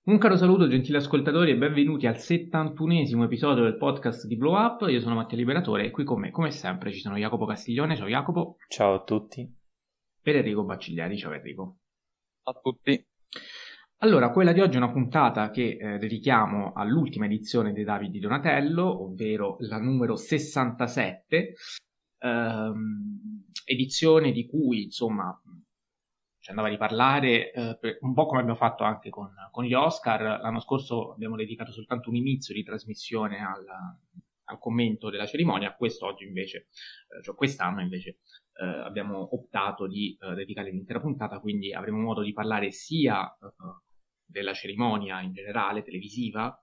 Un caro saluto gentili ascoltatori e benvenuti al 71esimo episodio del podcast di Blow Up. Io sono Mattia Liberatore e qui con me, come sempre, ci sono Jacopo Castiglione. Ciao Jacopo. Ciao a tutti. Per Enrico Baccigliari. Ciao Enrico. A tutti. Allora, quella di oggi è una puntata che dedichiamo all'ultima edizione dei David di Donatello, ovvero la numero 67, edizione di cui, insomma, ci andava di parlare un po' come abbiamo fatto anche con gli Oscar. L'anno scorso abbiamo dedicato soltanto un inizio di trasmissione al commento della cerimonia. Quest'oggi invece, cioè quest'anno invece, abbiamo optato di dedicare l'intera puntata, quindi avremo modo di parlare sia della cerimonia in generale, televisiva,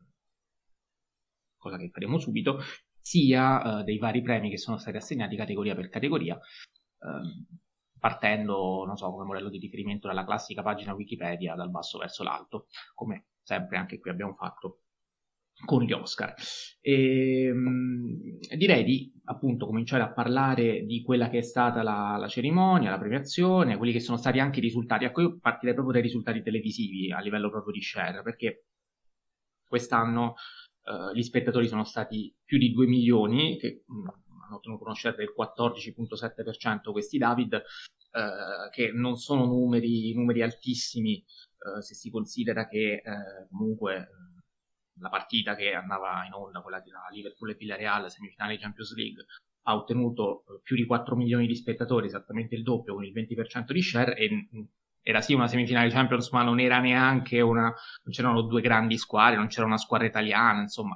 cosa che faremo subito, sia dei vari premi che sono stati assegnati categoria per categoria, partendo, non so, come modello di riferimento dalla classica pagina Wikipedia dal basso verso l'alto, come sempre anche qui abbiamo fatto con gli Oscar. Direi di appunto cominciare a parlare di quella che è stata la cerimonia, la premiazione, quelli che sono stati anche i risultati. Ecco, io partirei proprio dai risultati televisivi a livello proprio di share, perché quest'anno gli spettatori sono stati più di 2 milioni, che hanno ottenuto uno share del 14,7% questi David, che non sono numeri altissimi se si considera che comunque la partita che andava in onda, quella tra Liverpool e Villarreal, semifinale di Champions League, ha ottenuto più di 4 milioni di spettatori, esattamente il doppio, con il 20% di share, e era sì una semifinale di Champions, ma non era neanche non c'erano due grandi squadre, non c'era una squadra italiana, insomma,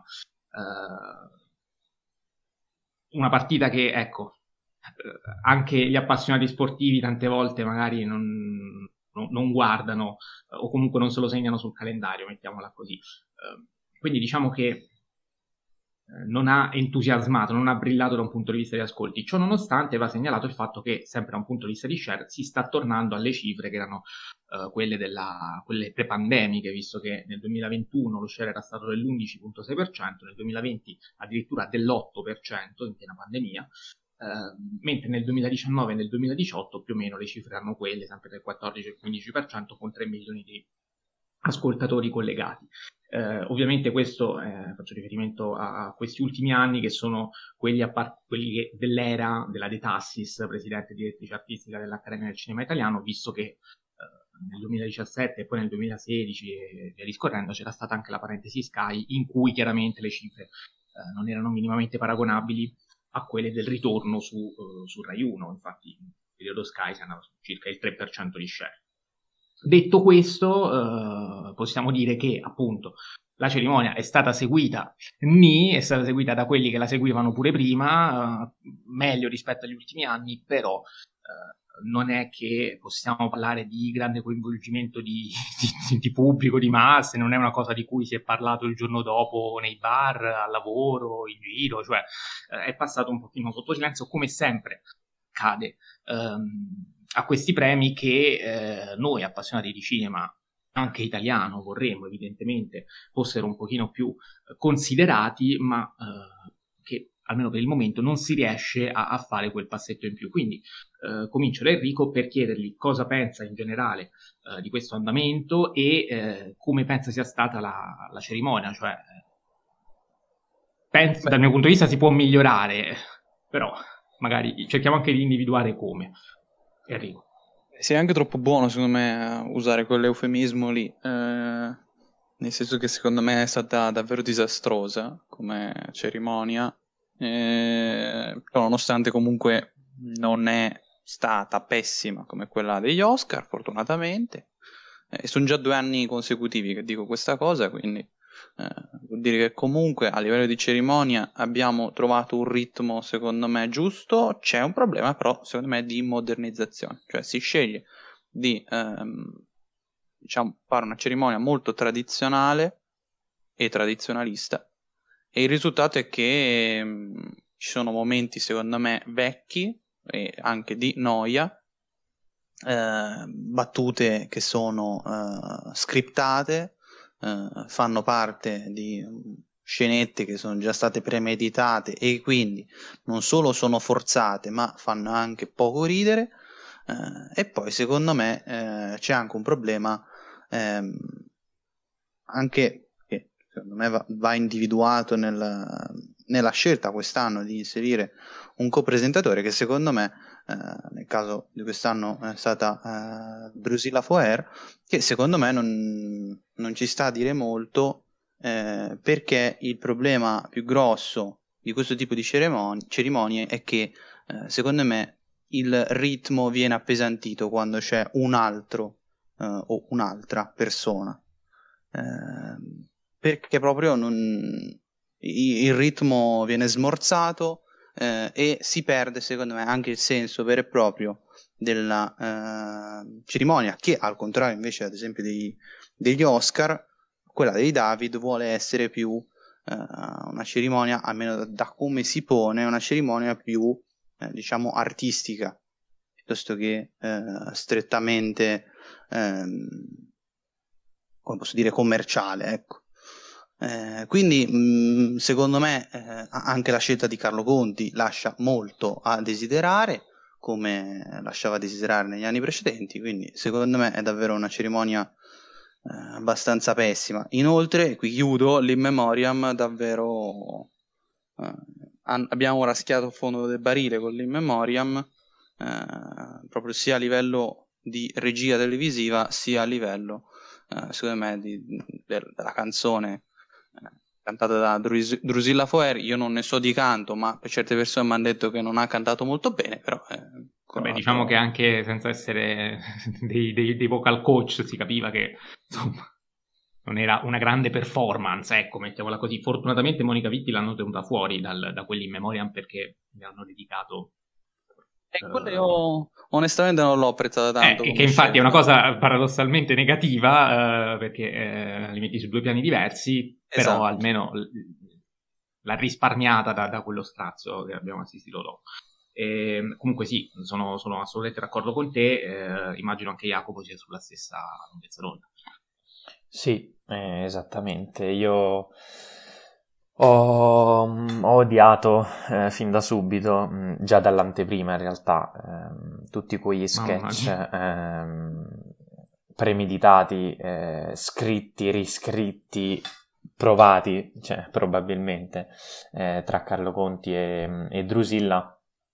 una partita che, ecco, anche gli appassionati sportivi tante volte magari non guardano o comunque non se lo segnano sul calendario, mettiamola così. Quindi diciamo che non ha entusiasmato, non ha brillato da un punto di vista di ascolti. Ciò nonostante va segnalato il fatto che, sempre da un punto di vista di share, si sta tornando alle cifre che erano quelle pre-pandemiche, visto che nel 2021 lo share era stato dell'11,6%, nel 2020 addirittura dell'8% in piena pandemia, mentre nel 2019 e nel 2018 più o meno le cifre erano quelle, sempre del 14 e 15%, con 3 milioni di ascoltatori collegati. Ovviamente questo, faccio riferimento a questi ultimi anni, che sono quelli dell'era della De Tassis, presidente e direttrice artistica dell'Accademia del Cinema Italiano, visto che nel 2017 e poi nel 2016 e via discorrendo c'era stata anche la parentesi Sky, in cui chiaramente le cifre non erano minimamente paragonabili a quelle del ritorno su Rai 1. Infatti il periodo Sky si andava su circa il 3% di share. Detto questo, possiamo dire che appunto la cerimonia è stata seguita da quelli che la seguivano pure prima, meglio rispetto agli ultimi anni, però non è che possiamo parlare di grande coinvolgimento di pubblico, di masse, non è una cosa di cui si è parlato il giorno dopo nei bar, al lavoro, in giro, cioè è passato un pochino sotto silenzio, come sempre accade a questi premi che noi appassionati di cinema, anche italiano, vorremmo evidentemente fossero un pochino più considerati, ma che almeno per il momento non si riesce a fare quel passetto in più. Quindi comincio da Enrico per chiedergli cosa pensa in generale di questo andamento e come pensa sia stata la cerimonia. Cioè, penso, dal mio punto di vista si può migliorare, però magari cerchiamo anche di individuare come. Enrico. Sei anche troppo buono secondo me a usare quell'eufemismo lì, nel senso che secondo me è stata davvero disastrosa come cerimonia, nonostante comunque non è stata pessima come quella degli Oscar, fortunatamente, e sono già 2 anni consecutivi che dico questa cosa, quindi vuol dire che comunque a livello di cerimonia abbiamo trovato un ritmo secondo me giusto. C'è un problema però secondo me di modernizzazione, cioè si sceglie di diciamo fare una cerimonia molto tradizionale e tradizionalista, e il risultato è che ci sono momenti secondo me vecchi e anche di noia, battute che sono scriptate, fanno parte di scenette che sono già state premeditate e quindi non solo sono forzate ma fanno anche poco ridere, e poi secondo me c'è anche un problema anche che secondo me va individuato nella scelta quest'anno di inserire un copresentatore, che secondo me nel caso di quest'anno è stata Drusilla Foer, che secondo me non ci sta a dire molto, perché il problema più grosso di questo tipo di cerimonie è che secondo me il ritmo viene appesantito quando c'è un altro o un'altra persona, perché proprio il ritmo viene smorzato, e si perde secondo me anche il senso vero e proprio della cerimonia, che al contrario invece ad esempio degli Oscar, quella dei David vuole essere più una cerimonia, almeno da come si pone, una cerimonia più diciamo artistica piuttosto che strettamente come posso dire commerciale, ecco. Quindi secondo me anche la scelta di Carlo Conti lascia molto a desiderare, come lasciava a desiderare negli anni precedenti, quindi secondo me è davvero una cerimonia abbastanza pessima. Inoltre, qui chiudo, l'In Memoriam davvero abbiamo raschiato il fondo del barile con l'In Memoriam, proprio sia a livello di regia televisiva sia a livello secondo me della canzone cantata da Drusilla Foer. Io non ne so di canto, ma per certe persone mi hanno detto che non ha cantato molto bene, però vabbè, diciamo che anche senza essere dei vocal coach si capiva che insomma non era una grande performance, ecco, mettiamola così. Fortunatamente Monica Vitti l'hanno tenuta fuori da quell'In Memoriam, perché mi hanno dedicato quello io onestamente non l'ho apprezzata tanto che come infatti scelta. è una cosa paradossalmente negativa, perché li metti su due piani diversi, però Esatto. almeno l'ha risparmiata da quello strazio che abbiamo assistito dopo. Comunque sì, sono assolutamente d'accordo con te, immagino anche Jacopo sia sulla stessa lunghezza d'onda. Sì, esattamente. Io ho odiato fin da subito, già dall'anteprima in realtà, tutti quegli sketch premeditati, scritti, riscritti, provati, cioè probabilmente, tra Carlo Conti e Drusilla,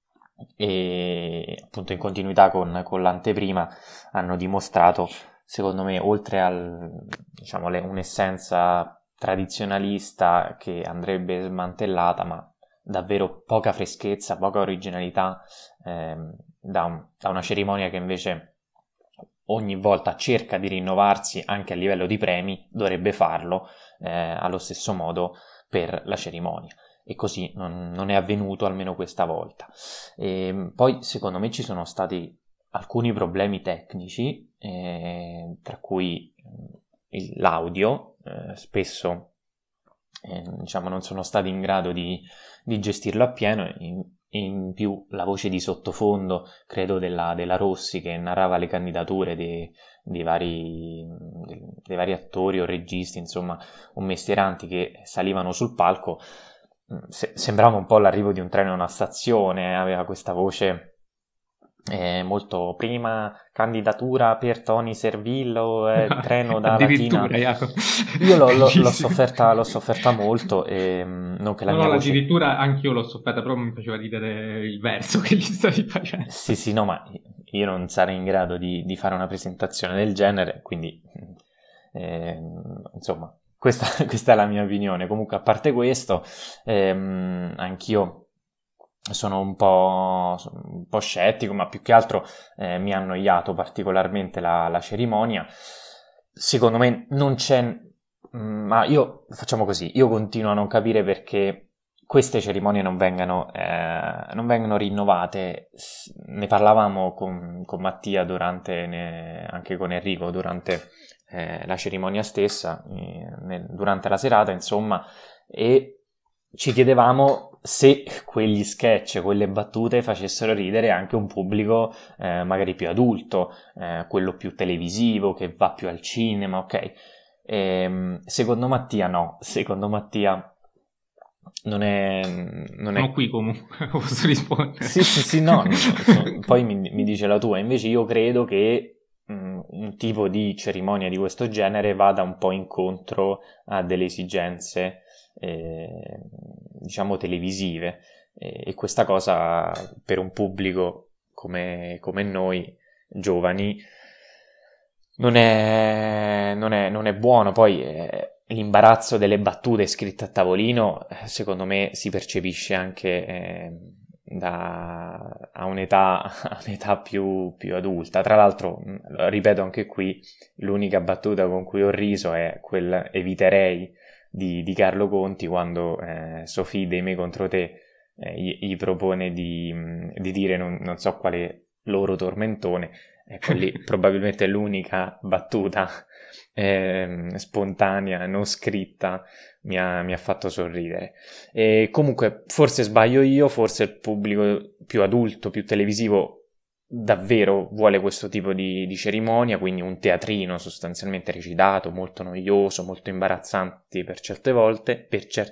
e appunto in continuità con l'anteprima hanno dimostrato, secondo me, oltre diciamo, un'essenza tradizionalista che andrebbe smantellata, ma davvero poca freschezza, poca originalità, da una cerimonia che invece ogni volta cerca di rinnovarsi anche a livello di premi, dovrebbe farlo allo stesso modo per la cerimonia. E così non è avvenuto almeno questa volta. Poi secondo me ci sono stati alcuni problemi tecnici, tra cui l'audio, spesso diciamo non sono stati in grado di gestirlo appieno, in più la voce di sottofondo, credo della Rossi, che narrava le candidature dei vari attori o registi, insomma, o mestieranti che salivano sul palco, sembrava un po' l'arrivo di un treno a una stazione, aveva questa voce molto prima candidatura per Tony Servillo, treno da Latina. Io l'ho sofferta molto, e non che la mia voce... addirittura anch'io l'ho sofferta, però mi faceva ridere il verso che gli stavi facendo. Sì, no, ma io non sarei in grado di fare una presentazione del genere, quindi insomma questa è la mia opinione. Comunque, a parte questo, anch'io sono un po' scettico, ma più che altro mi ha annoiato particolarmente la cerimonia. Secondo me non c'è, ma facciamo così, io continuo a non capire perché queste cerimonie non vengano rinnovate. Ne parlavamo con Mattia anche con Enrico durante la cerimonia stessa, durante la serata, insomma, e ci chiedevamo se quegli sketch, quelle battute facessero ridere anche un pubblico magari più adulto, quello più televisivo, che va più al cinema, ok? Secondo Mattia no, secondo Mattia non è... Sono qui comunque, posso rispondere. Sì, no, poi mi dice la tua. Invece io credo che un tipo di cerimonia di questo genere vada un po' incontro a delle esigenze, diciamo, televisive, e questa cosa per un pubblico come noi giovani non è buono. Poi l'imbarazzo delle battute scritte a tavolino, secondo me, si percepisce anche a un'età più adulta. Tra l'altro, ripeto anche qui, l'unica battuta con cui ho riso è quella "eviterei" di Carlo Conti quando Sofì dei Me contro te gli propone di dire non so quale loro tormentone. Ecco, lì probabilmente è l'unica battuta spontanea, non scritta, mi ha fatto sorridere. E comunque, forse sbaglio io, forse il pubblico più adulto, più televisivo, davvero vuole questo tipo di cerimonia, quindi un teatrino sostanzialmente recitato, molto noioso, molto imbarazzante per certe volte,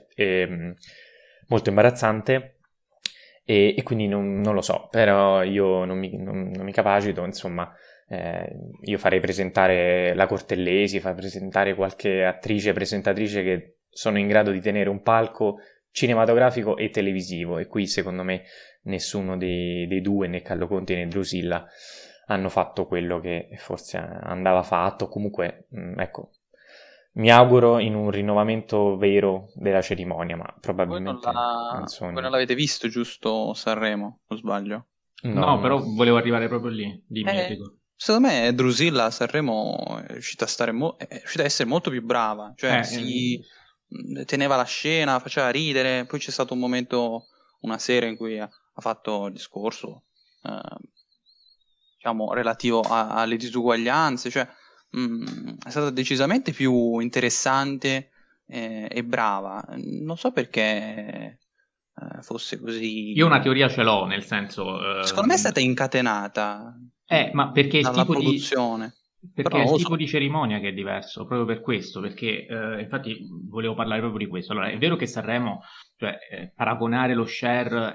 molto imbarazzante. E quindi non lo so, però io non mi capacito, insomma. Io farei presentare la Cortellesi, farei presentare qualche attrice, presentatrice che sono in grado di tenere un palco cinematografico e televisivo, e qui secondo me nessuno dei due, né Carlo Conti né Drusilla, hanno fatto quello che forse andava fatto. Comunque, ecco, mi auguro in un rinnovamento vero della cerimonia, ma probabilmente è un sogno. Voi non l'avete visto, giusto, Sanremo, o sbaglio? No, però volevo arrivare proprio lì. Dimmi, Enrico. Secondo me Drusilla a Sanremo è riuscita a stare è riuscita a essere molto più brava, cioè teneva la scena, faceva ridere. Poi c'è stato un momento, una sera in cui ha fatto il discorso diciamo relativo alle disuguaglianze, cioè è stata decisamente più interessante e brava. Non so perché fosse così. Io una teoria ce l'ho, nel senso... Secondo me è stata incatenata ma perché il dalla tipo produzione. perché è il tipo di cerimonia che è diverso, proprio per questo, perché infatti volevo parlare proprio di questo. Allora, è vero che Sanremo, cioè paragonare lo share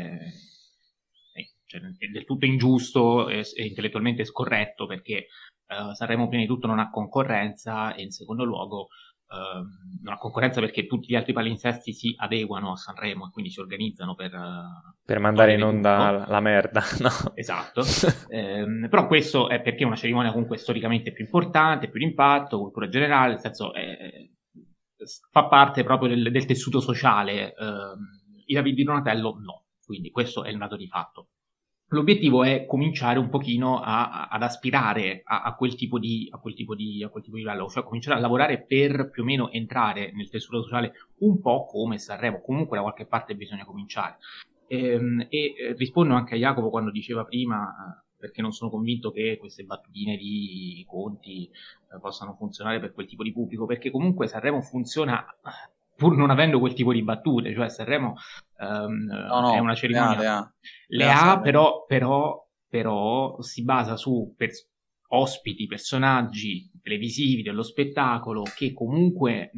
cioè, è del tutto ingiusto e intellettualmente scorretto, perché Sanremo prima di tutto non ha concorrenza, e in secondo luogo non ha concorrenza perché tutti gli altri palinsesti si adeguano a Sanremo e quindi si organizzano per mandare in onda la merda, no? Esatto. Però questo è perché è una cerimonia comunque storicamente più importante, più di impatto, cultura generale, nel senso fa parte proprio del tessuto sociale. I David di Donatello no, quindi questo è il dato di fatto. L'obiettivo è cominciare un pochino ad aspirare a quel tipo di livello, cioè cominciare a lavorare per più o meno entrare nel tessuto sociale un po' come Sanremo. Comunque da qualche parte bisogna cominciare. Rispondo anche a Jacopo quando diceva prima, perché non sono convinto che queste battutine di Conti possano funzionare per quel tipo di pubblico, perché comunque Sanremo funziona pur non avendo quel tipo di battute, cioè Sanremo è una cerimonia, le ha, però si basa su ospiti, personaggi televisivi dello spettacolo che comunque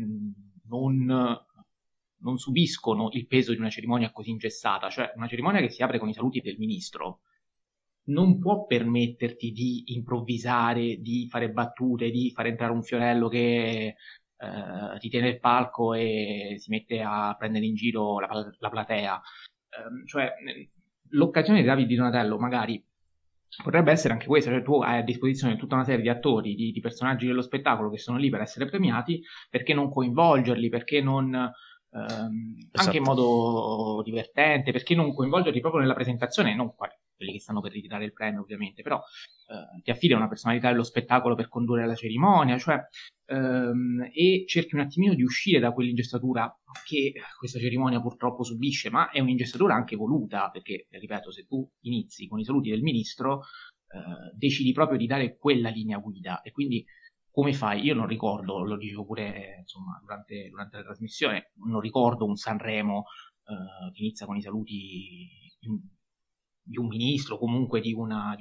non subiscono il peso di una cerimonia così ingessata. Cioè una cerimonia che si apre con i saluti del ministro non può permetterti di improvvisare, di fare battute, di far entrare un fiorello che ti tiene il palco e si mette a prendere in giro la platea. Cioè l'occasione di David di Donatello magari potrebbe essere anche questa, cioè tu hai a disposizione tutta una serie di attori, di personaggi dello spettacolo che sono lì per essere premiati, perché non coinvolgerli, perché non anche in modo divertente, perché non coinvolgerli proprio nella presentazione, non quelli che stanno per ritirare il premio ovviamente, però ti affidi a una personalità dello spettacolo per condurre la cerimonia, cioè e cerchi un attimino di uscire da quell'ingessatura che questa cerimonia purtroppo subisce, ma è un'ingessatura anche voluta, perché, ripeto, se tu inizi con i saluti del ministro, decidi proprio di dare quella linea guida, e quindi come fai? Io non ricordo, lo dicevo pure insomma durante la trasmissione, non ricordo un Sanremo che inizia con i saluti di un ministro, comunque di una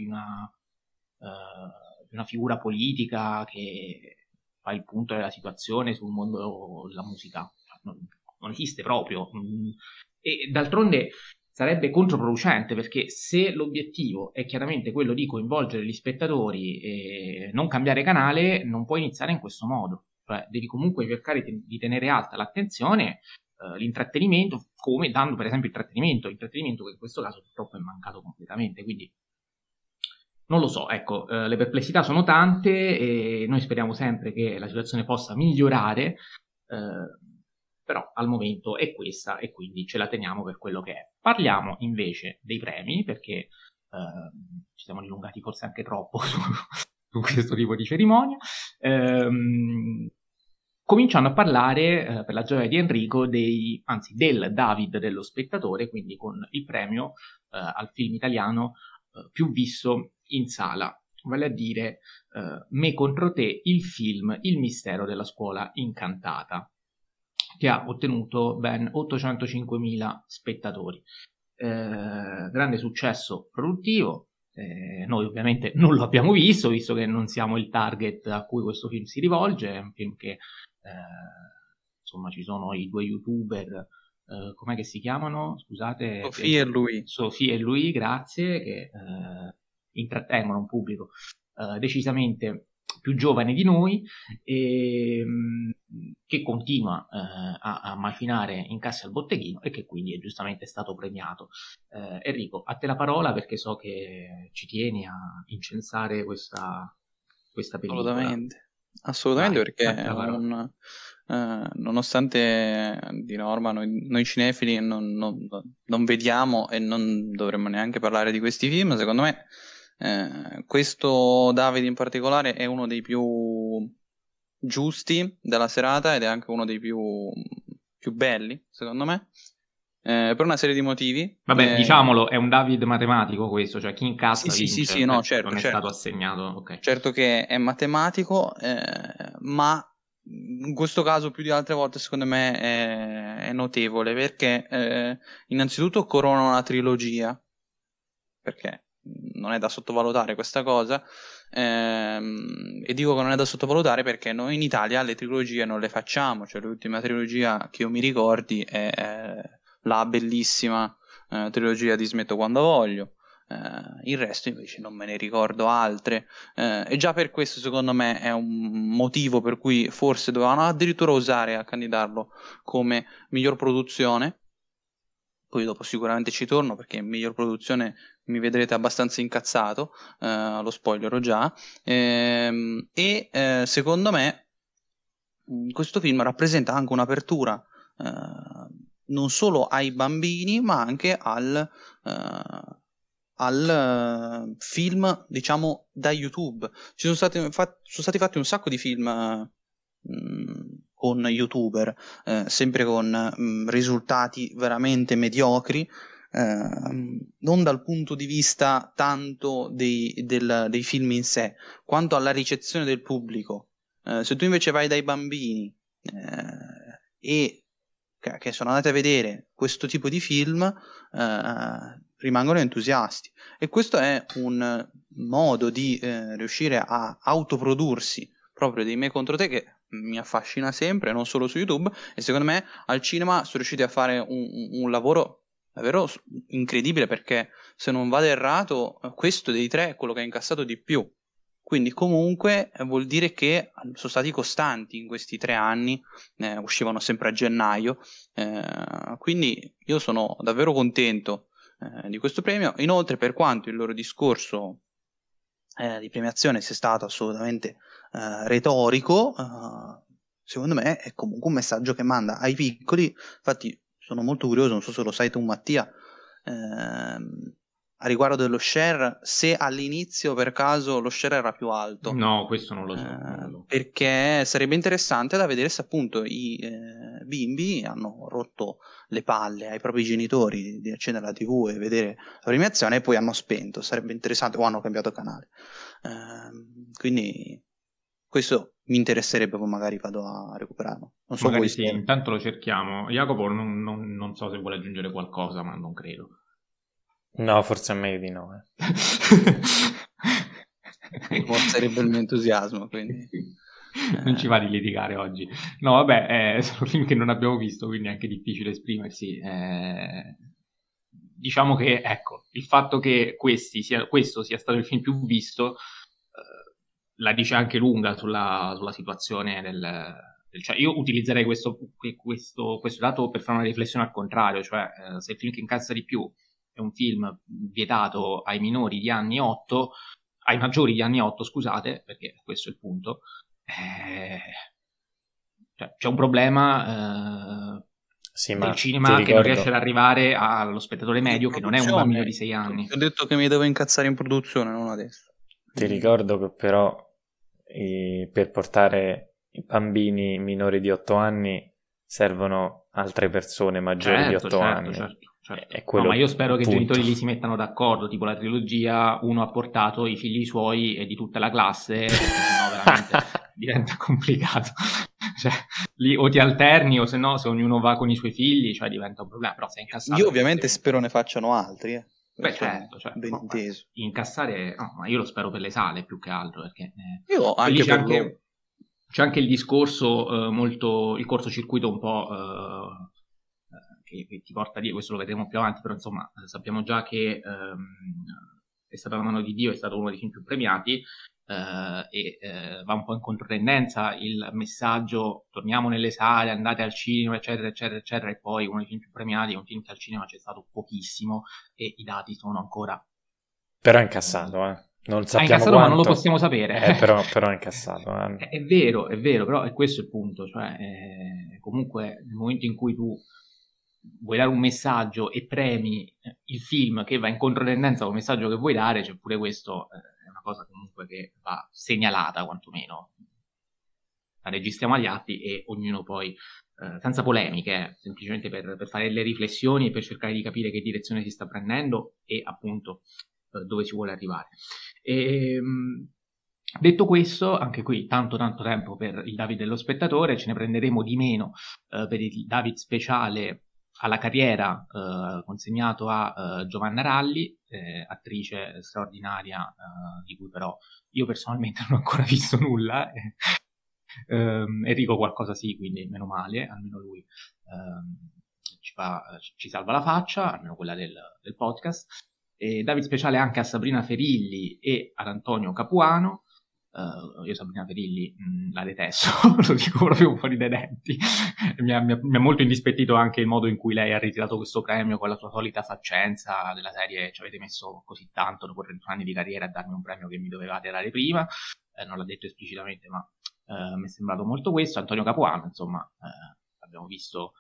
figura politica che fa il punto della situazione sul mondo della musica. Non esiste proprio. E d'altronde sarebbe controproducente, perché se l'obiettivo è chiaramente quello di coinvolgere gli spettatori e non cambiare canale, non puoi iniziare in questo modo. Cioè, devi comunque cercare di tenere alta l'attenzione, l'intrattenimento, come dando per esempio intrattenimento che in questo caso purtroppo è mancato completamente, quindi non lo so, ecco, le perplessità sono tante e noi speriamo sempre che la situazione possa migliorare, però al momento è questa e quindi ce la teniamo per quello che è. Parliamo invece dei premi, perché ci siamo dilungati forse anche troppo su questo tipo di cerimonia. Cominciando a parlare, per la gioia di Enrico, del David dello spettatore, quindi con il premio al film italiano più visto in sala, vale a dire Me contro te, il film Il mistero della scuola incantata, che ha ottenuto ben 805.000 spettatori. Grande successo produttivo. Noi ovviamente non lo abbiamo visto che non siamo il target a cui questo film si rivolge. È un film che insomma ci sono i due youtuber, com'è che si chiamano? Scusate, Sofì e lui, grazie, che intrattengono un pubblico decisamente più giovane di noi e che continua a macinare incassi al botteghino e che quindi è giustamente stato premiato. Enrico, a te la parola, perché so che ci tieni a incensare questa pellicola. Assolutamente, perché nonostante di norma noi cinefili non vediamo e non dovremmo neanche parlare di questi film, secondo me questo Davide in particolare è uno dei più giusti della serata ed è anche uno dei più belli, secondo me, per una serie di motivi. Vabbè, diciamolo, è un David matematico questo, cioè chi incassa vince. Sì, no, certo, non è stato assegnato, ok. Certo che è matematico, ma in questo caso più di altre volte secondo me è notevole, perché innanzitutto corona una trilogia, perché non è da sottovalutare questa cosa, e dico che non è da sottovalutare perché noi in Italia le trilogie non le facciamo, cioè l'ultima trilogia che io mi ricordi è la bellissima trilogia di Smetto quando voglio. Il resto invece non me ne ricordo altre, e già per questo secondo me è un motivo per cui forse dovevano addirittura osare a candidarlo come miglior produzione. Poi dopo sicuramente ci torno, perché in miglior produzione mi vedrete abbastanza incazzato, lo spoilerò già, secondo me questo film rappresenta anche un'apertura non solo ai bambini ma anche al film, diciamo, da YouTube. Ci sono stati fatti un sacco di film con YouTuber, sempre con risultati veramente mediocri, non dal punto di vista tanto dei film in sé, quanto alla ricezione del pubblico. Se tu invece vai dai bambini e che sono andati a vedere questo tipo di film, rimangono entusiasti, e questo è un modo di riuscire a autoprodursi proprio dei Me contro te che mi affascina sempre, non solo su YouTube, e secondo me al cinema sono riusciti a fare un lavoro davvero incredibile, perché se non vado errato questo dei tre è quello che ha incassato di più. Quindi comunque vuol dire che sono stati costanti in questi 3 anni, uscivano sempre a gennaio, quindi io sono davvero contento di questo premio. Inoltre, per quanto il loro discorso di premiazione sia stato assolutamente retorico, secondo me è comunque un messaggio che manda ai piccoli. Infatti sono molto curioso, non so se lo sai tu Mattia, a riguardo dello share, se all'inizio per caso lo share era più alto. No, questo non lo so. Perché sarebbe interessante da vedere se appunto i bimbi hanno rotto le palle ai propri genitori di accendere la TV e vedere la premiazione e poi hanno spento. Sarebbe interessante, o hanno cambiato canale. Quindi questo mi interesserebbe, poi magari vado a recuperarlo. Non so, magari sì, intanto lo cerchiamo. Jacopo non so se vuole aggiungere qualcosa, ma non credo. No, forse è meglio di no. Sarebbe il mio entusiasmo, quindi non ci va di litigare oggi. No, vabbè, sono film che non abbiamo visto, quindi è anche difficile esprimersi. diciamo che, ecco, il fatto che questo sia stato il film più visto la dice anche lunga sulla situazione cioè io utilizzerei questo dato per fare una riflessione al contrario, cioè se il film che incassa di più è un film vietato ai minori di anni 8, ai maggiori di anni 8, scusate, perché questo è il punto, cioè, c'è un problema Sì, del ma cinema che non riesce ad arrivare allo spettatore medio, che non è un bambino di 6 anni. Ti ho detto che mi devo incazzare in produzione, non adesso. Ti ricordo che però per portare i bambini minori di 8 anni servono altre persone maggiori di 8 anni. Certo. È No, ma io spero che i punto. genitori lì si mettano d'accordo, tipo la trilogia, uno ha portato i figli suoi e di tutta la classe, sennò veramente diventa complicato. Cioè, lì o ti alterni o se no, se ognuno va con i suoi figli, cioè diventa un problema, però se incassato... Io ovviamente spero ne facciano altri, Beh, certo, ben inteso. Incassare, no, ma io lo spero per le sale più che altro, perché io anche c'è anche il discorso molto, il cortocircuito un po' che ti porta lì, questo lo vedremo più avanti, però insomma sappiamo già che È stata la mano di Dio, è stato uno dei film più premiati e va un po' in controtendenza il messaggio torniamo nelle sale, andate al cinema eccetera eccetera eccetera, e poi uno dei film più premiati è un film che al cinema c'è stato pochissimo e i dati sono ancora... Però è incassato, non sappiamo incassato, quanto, ma non lo possiamo sapere. Però è incassato. È vero, però è questo il punto, cioè comunque nel momento in cui tu vuoi dare un messaggio e premi il film che va in controtendenza con il messaggio che vuoi dare, cioè pure questo è una cosa comunque che va segnalata quantomeno. La registriamo agli atti e ognuno poi, senza polemiche, semplicemente per fare le riflessioni e per cercare di capire che direzione si sta prendendo e appunto dove si vuole arrivare. Detto questo, anche qui tanto tempo per il David dello spettatore, ce ne prenderemo di meno per il David speciale alla carriera consegnato a Giovanna Ralli, attrice straordinaria di cui però io personalmente non ho ancora visto nulla. Enrico qualcosa sì, quindi meno male, almeno lui ci salva la faccia, almeno quella del podcast. David speciale anche a Sabrina Ferilli e ad Antonio Capuano. Io Sabrina Ferilli la detesto, lo dico proprio fuori dai denti. mi ha molto indispettito anche il modo in cui lei ha ritirato questo premio con la sua solita faccenza della serie ci avete messo così tanto dopo 31 anni di carriera a darmi un premio che mi dovevate dare prima. Non l'ha detto esplicitamente, ma mi è sembrato molto questo. Antonio Capuano, insomma, abbiamo visto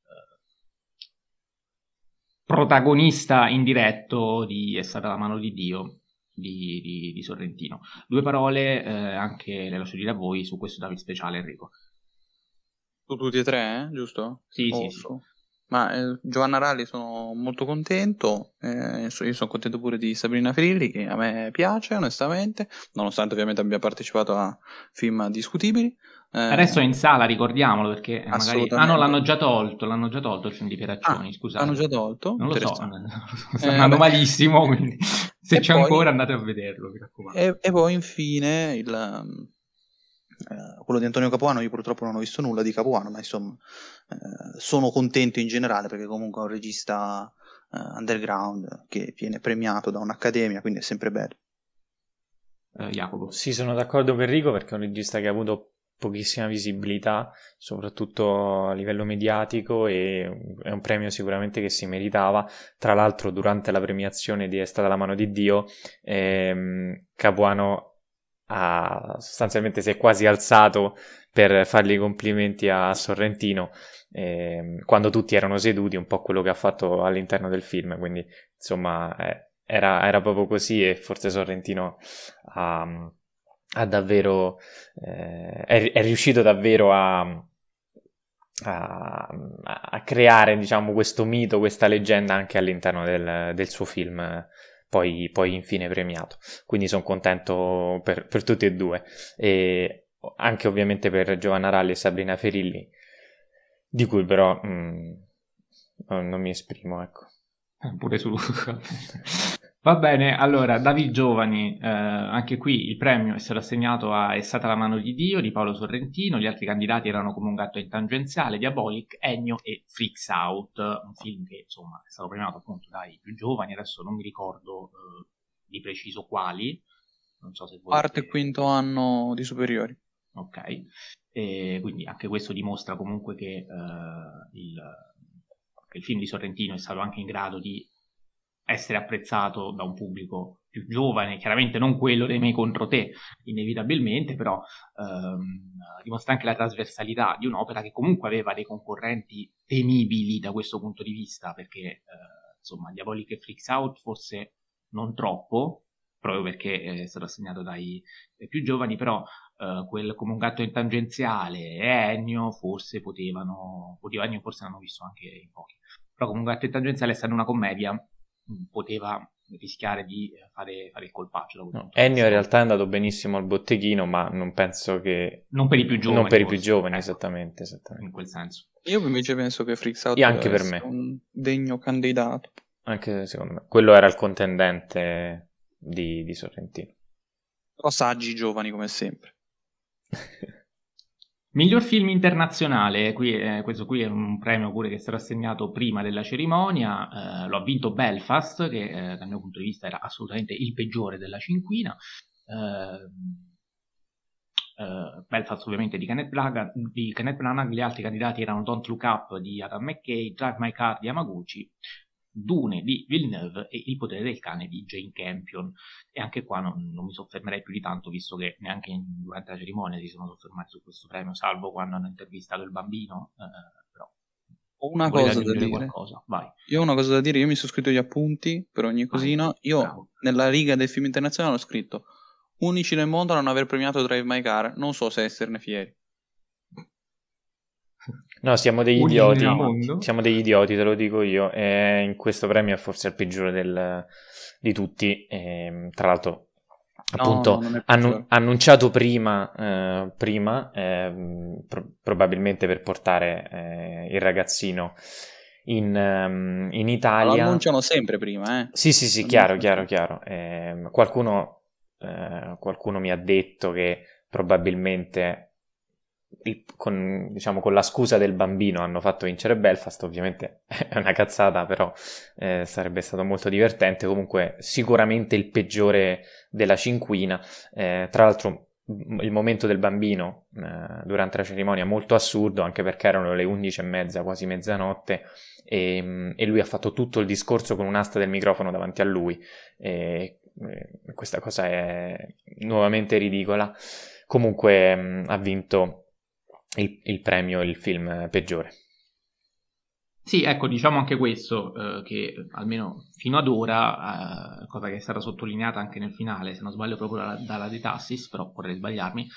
protagonista indiretto di È stata la mano di Dio di Sorrentino. Due parole anche le lascio dire a voi su questo David speciale, Enrico. Tutti e tre, giusto? Sì. Ma Giovanna Ralli sono molto contento, io sono contento pure di Sabrina Ferilli, che a me piace onestamente, nonostante ovviamente abbia partecipato a film discutibili. Adesso è in sala, ricordiamolo, perché magari... no, l'hanno già tolto il film di Pieraccioni, scusate. L'hanno già tolto? Non lo so, sta andando malissimo, quindi se c'è ancora andate a vederlo, mi raccomando. E poi infine quello di Antonio Capuano, io purtroppo non ho visto nulla di Capuano, ma insomma sono contento in generale perché comunque è un regista underground che viene premiato da un'accademia, quindi è sempre bello. Jacopo. Sì, sono d'accordo con Enrico perché è un regista che ha avuto pochissima visibilità, soprattutto a livello mediatico, e è un premio sicuramente che si meritava. Tra l'altro durante la premiazione di È stata la mano di Dio Capuano sostanzialmente si è quasi alzato per fargli i complimenti a Sorrentino quando tutti erano seduti, un po' quello che ha fatto all'interno del film, quindi insomma era proprio così, e forse Sorrentino ha davvero è riuscito davvero a creare, diciamo, questo mito, questa leggenda anche all'interno del suo film poi infine premiato, quindi sono contento per tutti e due, e anche ovviamente per Giovanna Ralli e Sabrina Ferilli, di cui però non mi esprimo, ecco. Pure su Va bene, allora, David Giovani, anche qui il premio è stato assegnato a È stata la mano di Dio di Paolo Sorrentino, gli altri candidati erano Come un gatto in tangenziale, Diabolic, Ennio e Freaks Out, un film che insomma è stato premiato appunto dai più giovani, adesso non mi ricordo di preciso quali, non so se voi... Quarto e quinto anno di superiori. Ok, e quindi anche questo dimostra comunque che il film di Sorrentino è stato anche in grado di essere apprezzato da un pubblico più giovane, chiaramente non quello dei Me contro te, inevitabilmente, però dimostra anche la trasversalità di un'opera che comunque aveva dei concorrenti temibili da questo punto di vista, perché insomma Diabolic e Freaks Out forse non troppo, proprio perché è stato assegnato dai più giovani, però quel Come un gatto in tangenziale e Ennio forse Ennio forse l'hanno visto anche in pochi, però Come un gatto in tangenziale, essendo una commedia, poteva rischiare di fare il colpaccio. No, Ennio in realtà è andato benissimo al botteghino, ma non penso che... Non per i più giovani. Non per i più forse. giovani, Ecco, esattamente. in quel senso. Io invece penso che Freaks Out anche per sia me un degno candidato. Anche secondo me. Quello era il contendente di Sorrentino. Però saggi giovani come sempre. Miglior film internazionale, questo qui è un premio pure che è stato assegnato prima della cerimonia, lo ha vinto Belfast, che dal mio punto di vista era assolutamente il peggiore della cinquina. Belfast ovviamente di Kenneth Branagh, gli altri candidati erano Don't Look Up di Adam McKay, Drive My Car di Yamaguchi, Dune di Villeneuve e Il potere del cane di Jane Campion. E anche qua non mi soffermerei più di tanto, visto che neanche durante la cerimonia si sono soffermati su questo premio, salvo quando hanno intervistato il bambino. Però ho una cosa da dire. Qualcosa? Vai. Io ho una cosa da dire, io mi sono scritto gli appunti per ogni cosina. Io bravo. Nella riga del film internazionale ho scritto: unici nel mondo a non aver premiato Drive My Car. Non so se esserne fieri. No, siamo degli idioti. Siamo degli idioti, te lo dico io. In questo premio è forse il peggiore di tutti. Tra l'altro, appunto, annunciato prima, probabilmente per portare il ragazzino in Italia. Lo annunciano sempre prima, eh? Sì, chiaro. Qualcuno mi ha detto che probabilmente con la scusa del bambino hanno fatto vincere Belfast. Ovviamente è una cazzata, però sarebbe stato molto divertente. Comunque sicuramente il peggiore della cinquina. Tra l'altro il momento del bambino durante la cerimonia molto assurdo, anche perché erano le 11:30, quasi mezzanotte, e lui ha fatto tutto il discorso con un'asta del microfono davanti a lui. Questa cosa è nuovamente ridicola. Comunque ha vinto il premio, il film peggiore. Sì, ecco, diciamo anche questo, che almeno fino ad ora, cosa che è stata sottolineata anche nel finale, se non sbaglio proprio dalla De Tassis, però vorrei sbagliarmi,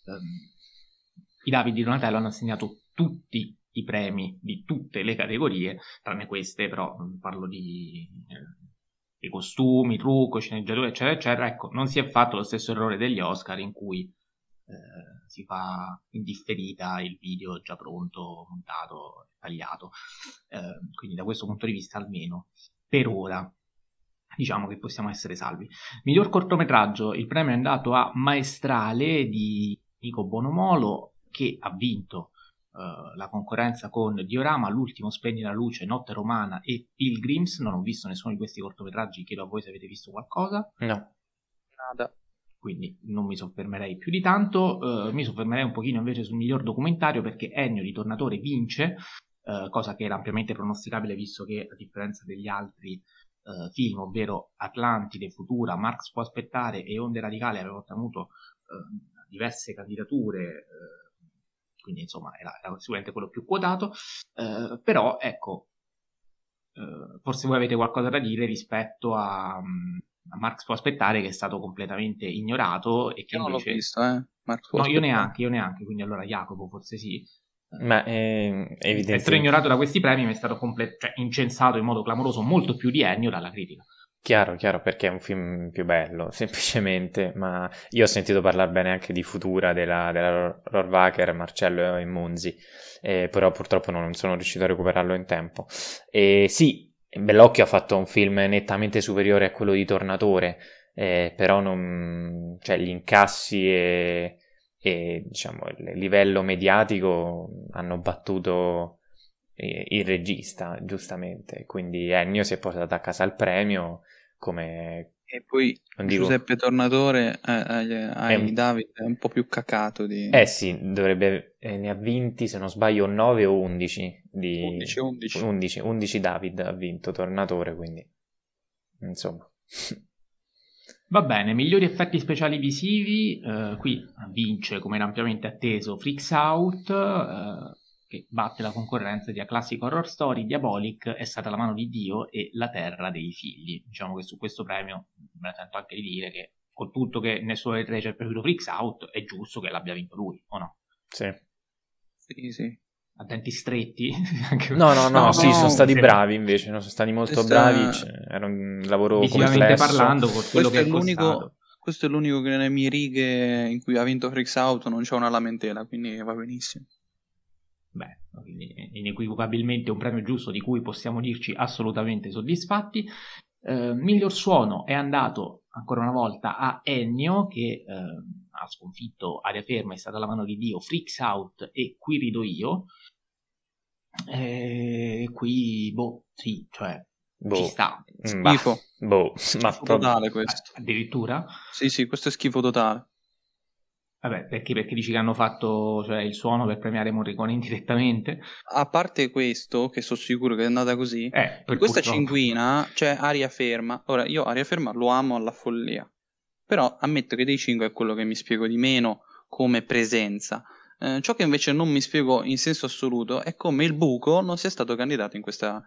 i David di Donatello hanno assegnato tutti i premi di tutte le categorie, tranne queste, però parlo di costumi, trucco, sceneggiatura, eccetera, eccetera. Ecco, non si è fatto lo stesso errore degli Oscar, in cui si fa in differita il video già pronto, montato, tagliato, quindi da questo punto di vista almeno per ora diciamo che possiamo essere salvi. Miglior cortometraggio, il premio è andato a Maestrale di Nico Bonomolo, che ha vinto la concorrenza con Diorama, L'ultimo spegni la luce, Notte romana e Pilgrims. Non ho visto nessuno di questi cortometraggi, chiedo a voi se avete visto qualcosa. No, nada. Quindi non mi soffermerei più di tanto. Mi soffermerei un pochino invece sul miglior documentario, perché Ennio di Tornatore vince, cosa che era ampiamente pronosticabile, visto che a differenza degli altri film, ovvero Atlantide, Futura, Marx può aspettare e Onde Radicali, aveva ottenuto diverse candidature, quindi insomma era sicuramente quello più quotato, però ecco, forse voi avete qualcosa da dire rispetto a Marx può aspettare, che è stato completamente ignorato e che io invece... non l'ho visto, Marx può no, aspettare. io neanche, quindi allora Jacopo forse sì. Ma evidentemente essere ignorato da questi premi mi è stato incensato in modo clamoroso, molto più di Ennio dalla critica. Chiaro, perché è un film più bello, semplicemente. Ma io ho sentito parlare bene anche di Futura della Rohrwacher, Marcello e Monzi, però purtroppo non sono riuscito a recuperarlo in tempo. E sì, Bellocchio ha fatto un film nettamente superiore a quello di Tornatore, però non, cioè, gli incassi e diciamo il livello mediatico hanno battuto il regista, giustamente, quindi Ennio si è portato a casa il premio come... E poi non dico, Giuseppe Tornatore ai è, David è un po' più cacato di sì, dovrebbe, ne ha vinti, se non sbaglio, 9 o 11 11 David ha vinto Tornatore, quindi insomma. Va bene, migliori effetti speciali visivi, qui vince, come era ampiamente atteso, Freaks Out, che batte la concorrenza di A Classic Horror Story, Diabolic, È stata la mano di Dio e La terra dei figli. Diciamo che su questo premio me la sento anche di dire che, con tutto che nessuno dei tre ci ha preferito Freaks Out, è giusto che l'abbia vinto lui, o no? Sì. Sì. A denti stretti? No, sì, sono stati sì. bravi invece, sono stati molto bravi, era un lavoro visivamente complesso. parlando, con quello che è costato. Questo è l'unico che nelle mie righe in cui ha vinto Freaks Out non c'è una lamentela, quindi va benissimo. Beh, inequivocabilmente un premio giusto di cui possiamo dirci assolutamente soddisfatti. Miglior suono è andato ancora una volta a Ennio, che ha sconfitto Aria Ferma, È stata la mano di Dio, Freaks Out e Qui rido io. Qui, sì, cioè ci sta. Schifo. Ma totale questo. Addirittura? Sì, questo è schifo totale. Vabbè, perché dici che hanno fatto, cioè, il suono per premiare Morricone indirettamente? A parte questo, che sono sicuro che è andata così, in questa cinquina c'è Aria Ferma. Ora, io Aria Ferma lo amo alla follia, però ammetto che dei 5 è quello che mi spiego di meno come presenza. Ciò che invece non mi spiego in senso assoluto è come il buco non sia stato candidato in questa...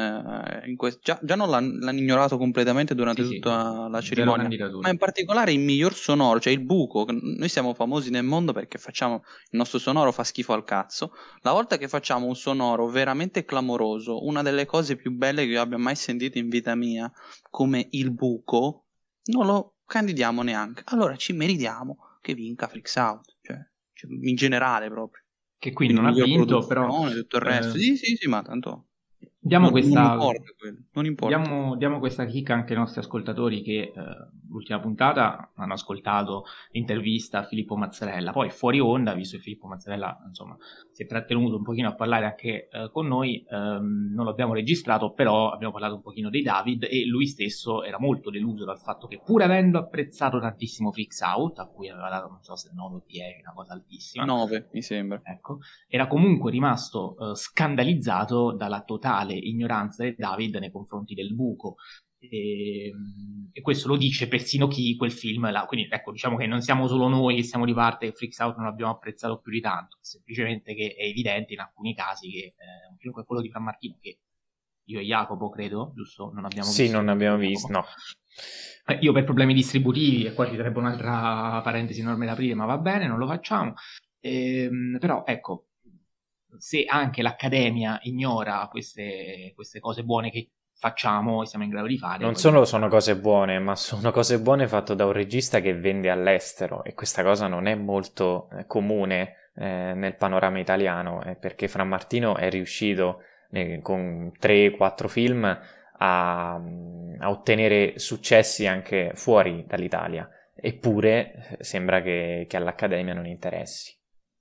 già non l'hanno ignorato completamente durante tutta la cerimonia, ma in particolare il miglior sonoro, cioè il buco. Noi siamo famosi nel mondo perché facciamo il nostro sonoro fa schifo al cazzo. La volta che facciamo un sonoro veramente clamoroso, una delle cose più belle che io abbia mai sentito in vita mia, come il buco, non lo candidiamo neanche. Allora ci meritiamo che vinca Freaks Out, cioè in generale proprio, che qui non ha vinto, però tutto il resto sì, ma tanto diamo non importa. Diamo questa chicca anche ai nostri ascoltatori che l'ultima puntata hanno ascoltato l'intervista a Filippo Mazzarella, poi fuori onda, visto che Filippo Mazzarella insomma si è trattenuto un pochino a parlare anche con noi, non l'abbiamo registrato, però abbiamo parlato un pochino dei David e lui stesso era molto deluso dal fatto che, pur avendo apprezzato tantissimo Freaks Out, a cui aveva dato non so se 9 o 10, una cosa altissima, 9 mi sembra, ecco, era comunque rimasto scandalizzato dalla totale ignoranza di David nei confronti del buco, e questo lo dice persino chi quel film quindi ecco, diciamo che non siamo solo noi che siamo di parte che Freaks Out non abbiamo apprezzato più di tanto, semplicemente che è evidente in alcuni casi che un film come quello di Fran Martino, che io e Jacopo credo, giusto? Non abbiamo visto. Sì, non abbiamo visto, no. Io per problemi distributivi, e qua ci sarebbe un'altra parentesi enorme da aprire, ma va bene, non lo facciamo. Però ecco, se anche l'Accademia ignora queste cose buone che facciamo e siamo in grado di fare... Non solo sono cose buone, ma sono cose buone fatte da un regista che vende all'estero, e questa cosa non è molto comune nel panorama italiano, perché Fran Martino è riuscito con 3-4 film a ottenere successi anche fuori dall'Italia, eppure sembra che all'Accademia non interessi.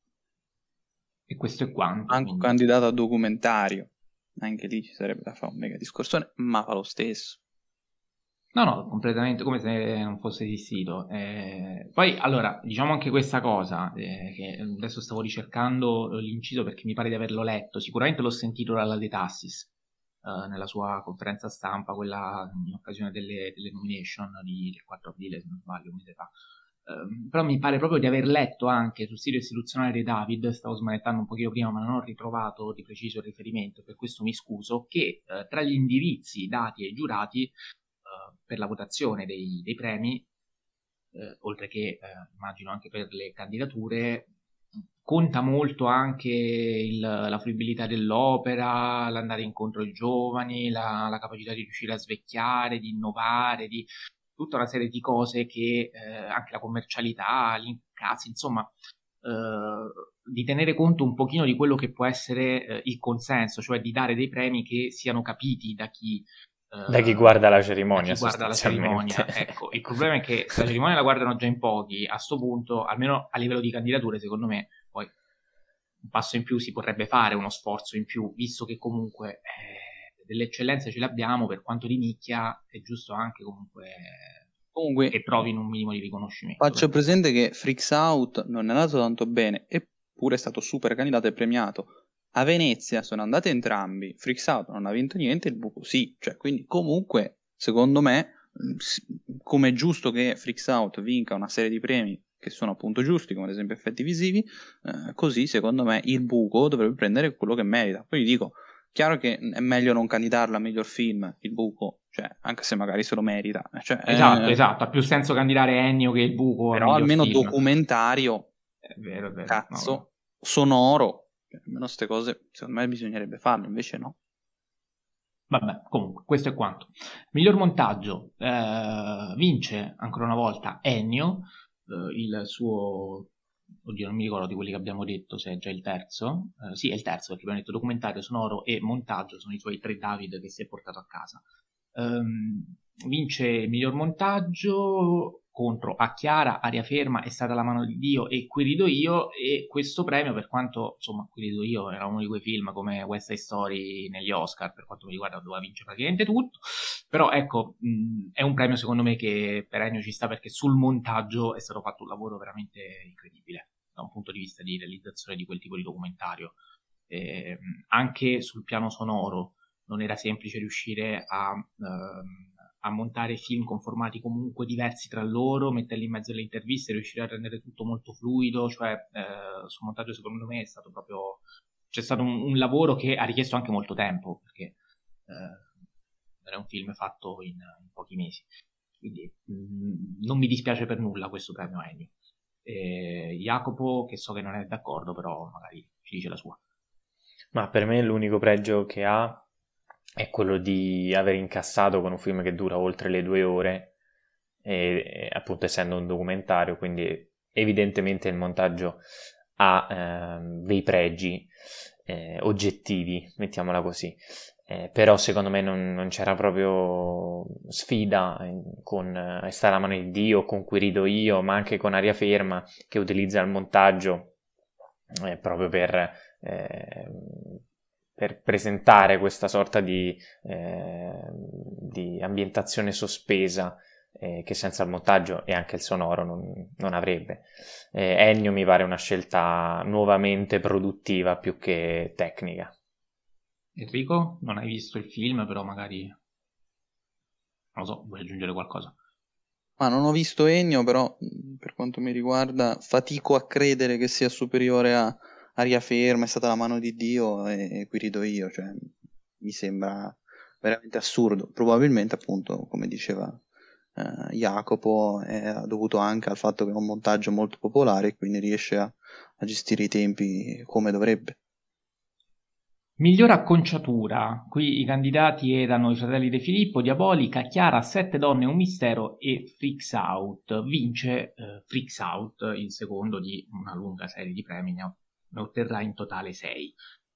E questo è quanto. Anche candidato a documentario, anche lì ci sarebbe da fare un mega discorsone, ma fa lo stesso. No, completamente come se non fosse esistito. Poi, allora, diciamo anche questa cosa, che adesso stavo ricercando l'inciso perché mi pare di averlo letto, sicuramente l'ho sentito dalla De Tassis nella sua conferenza stampa, quella in occasione delle nomination del 4 aprile, se non sbaglio, un mese fa. Però mi pare proprio di aver letto anche sul sito istituzionale di David, stavo smanettando un pochino prima ma non ho ritrovato di preciso il riferimento, per questo mi scuso, che tra gli indirizzi dati ai giurati per la votazione dei premi, oltre che immagino anche per le candidature, conta molto anche la fruibilità dell'opera, l'andare incontro ai giovani, la capacità di riuscire a svecchiare, di innovare, di tutta una serie di cose che anche la commercialità, gli incassi, insomma, di tenere conto un pochino di quello che può essere il consenso, cioè di dare dei premi che siano capiti da chi guarda la cerimonia, guarda la cerimonia. Ecco, il problema è che se la cerimonia la guardano già in pochi, a sto punto, almeno a livello di candidature, secondo me, poi un passo in più si potrebbe fare, uno sforzo in più, visto che comunque delle eccellenze ce le abbiamo, per quanto di nicchia, è giusto anche comunque che trovino un minimo di riconoscimento. Faccio presente che Freaks Out non è andato tanto bene, eppure è stato super candidato e premiato. A Venezia sono andati entrambi, Freaks Out non ha vinto niente, il buco sì, cioè quindi comunque secondo me come è giusto che Freaks Out vinca una serie di premi che sono appunto giusti, come ad esempio effetti visivi, così secondo me il buco dovrebbe prendere quello che merita. Poi dico, chiaro che è meglio non candidarlo a miglior film, il buco, cioè anche se magari se lo merita. Cioè, esatto, ha più senso candidare Ennio che il buco. Però almeno film. Documentario, è vero, cazzo, no. sonoro, almeno queste cose secondo me bisognerebbe farle, invece no. Vabbè, comunque, questo è quanto. Miglior montaggio, vince ancora una volta Ennio, il suo... Oddio, non mi ricordo di quelli che abbiamo detto, se è già il terzo. Sì, è il terzo, perché abbiamo detto documentario, sonoro e montaggio, sono i suoi 3 David che si è portato a casa. Vince miglior montaggio contro A Chiara, Aria Ferma, È stata la mano di Dio e Qui rido io, e questo premio, per quanto insomma Qui rido io era uno di quei film come West Side Story negli Oscar, per quanto mi riguarda doveva vincere praticamente tutto, però ecco, è un premio secondo me che per Ennio ci sta, perché sul montaggio è stato fatto un lavoro veramente incredibile da un punto di vista di realizzazione di quel tipo di documentario. Anche sul piano sonoro non era semplice riuscire a montare film con formati comunque diversi tra loro, metterli in mezzo alle interviste, riuscire a rendere tutto molto fluido, cioè sul montaggio secondo me è stato proprio... c'è stato un lavoro che ha richiesto anche molto tempo, perché era un film fatto in pochi mesi, quindi non mi dispiace per nulla questo premio a Ennio. Jacopo, che so che non è d'accordo, però magari ci dice la sua. Ma per me l'unico pregio che ha è quello di aver incassato con un film che dura oltre le 2 ore, e appunto essendo un documentario, quindi evidentemente il montaggio ha dei pregi oggettivi, mettiamola così. Però secondo me non c'era proprio sfida con È stata la mano di Dio, con Qui rido io, ma anche con Aria Ferma, che utilizza il montaggio proprio per presentare questa sorta di ambientazione sospesa che senza il montaggio e anche il sonoro non avrebbe. Ennio mi pare una scelta nuovamente produttiva più che tecnica. Enrico, non hai visto il film, però magari, non lo so, vuoi aggiungere qualcosa? Ma non ho visto Ennio, però per quanto mi riguarda fatico a credere che sia superiore a Aria Ferma, È stata la mano di Dio e Qui rido io, cioè mi sembra veramente assurdo. Probabilmente appunto, come diceva Jacopo, è dovuto anche al fatto che è un montaggio molto popolare e quindi riesce a gestire i tempi come dovrebbe. Miglior acconciatura, qui i candidati erano i fratelli De Filippo, Diabolica, Chiara, 7 donne, un mistero e Freaks Out. Vince Freaks Out, il secondo di una lunga serie di premi, ne otterrà in totale 6.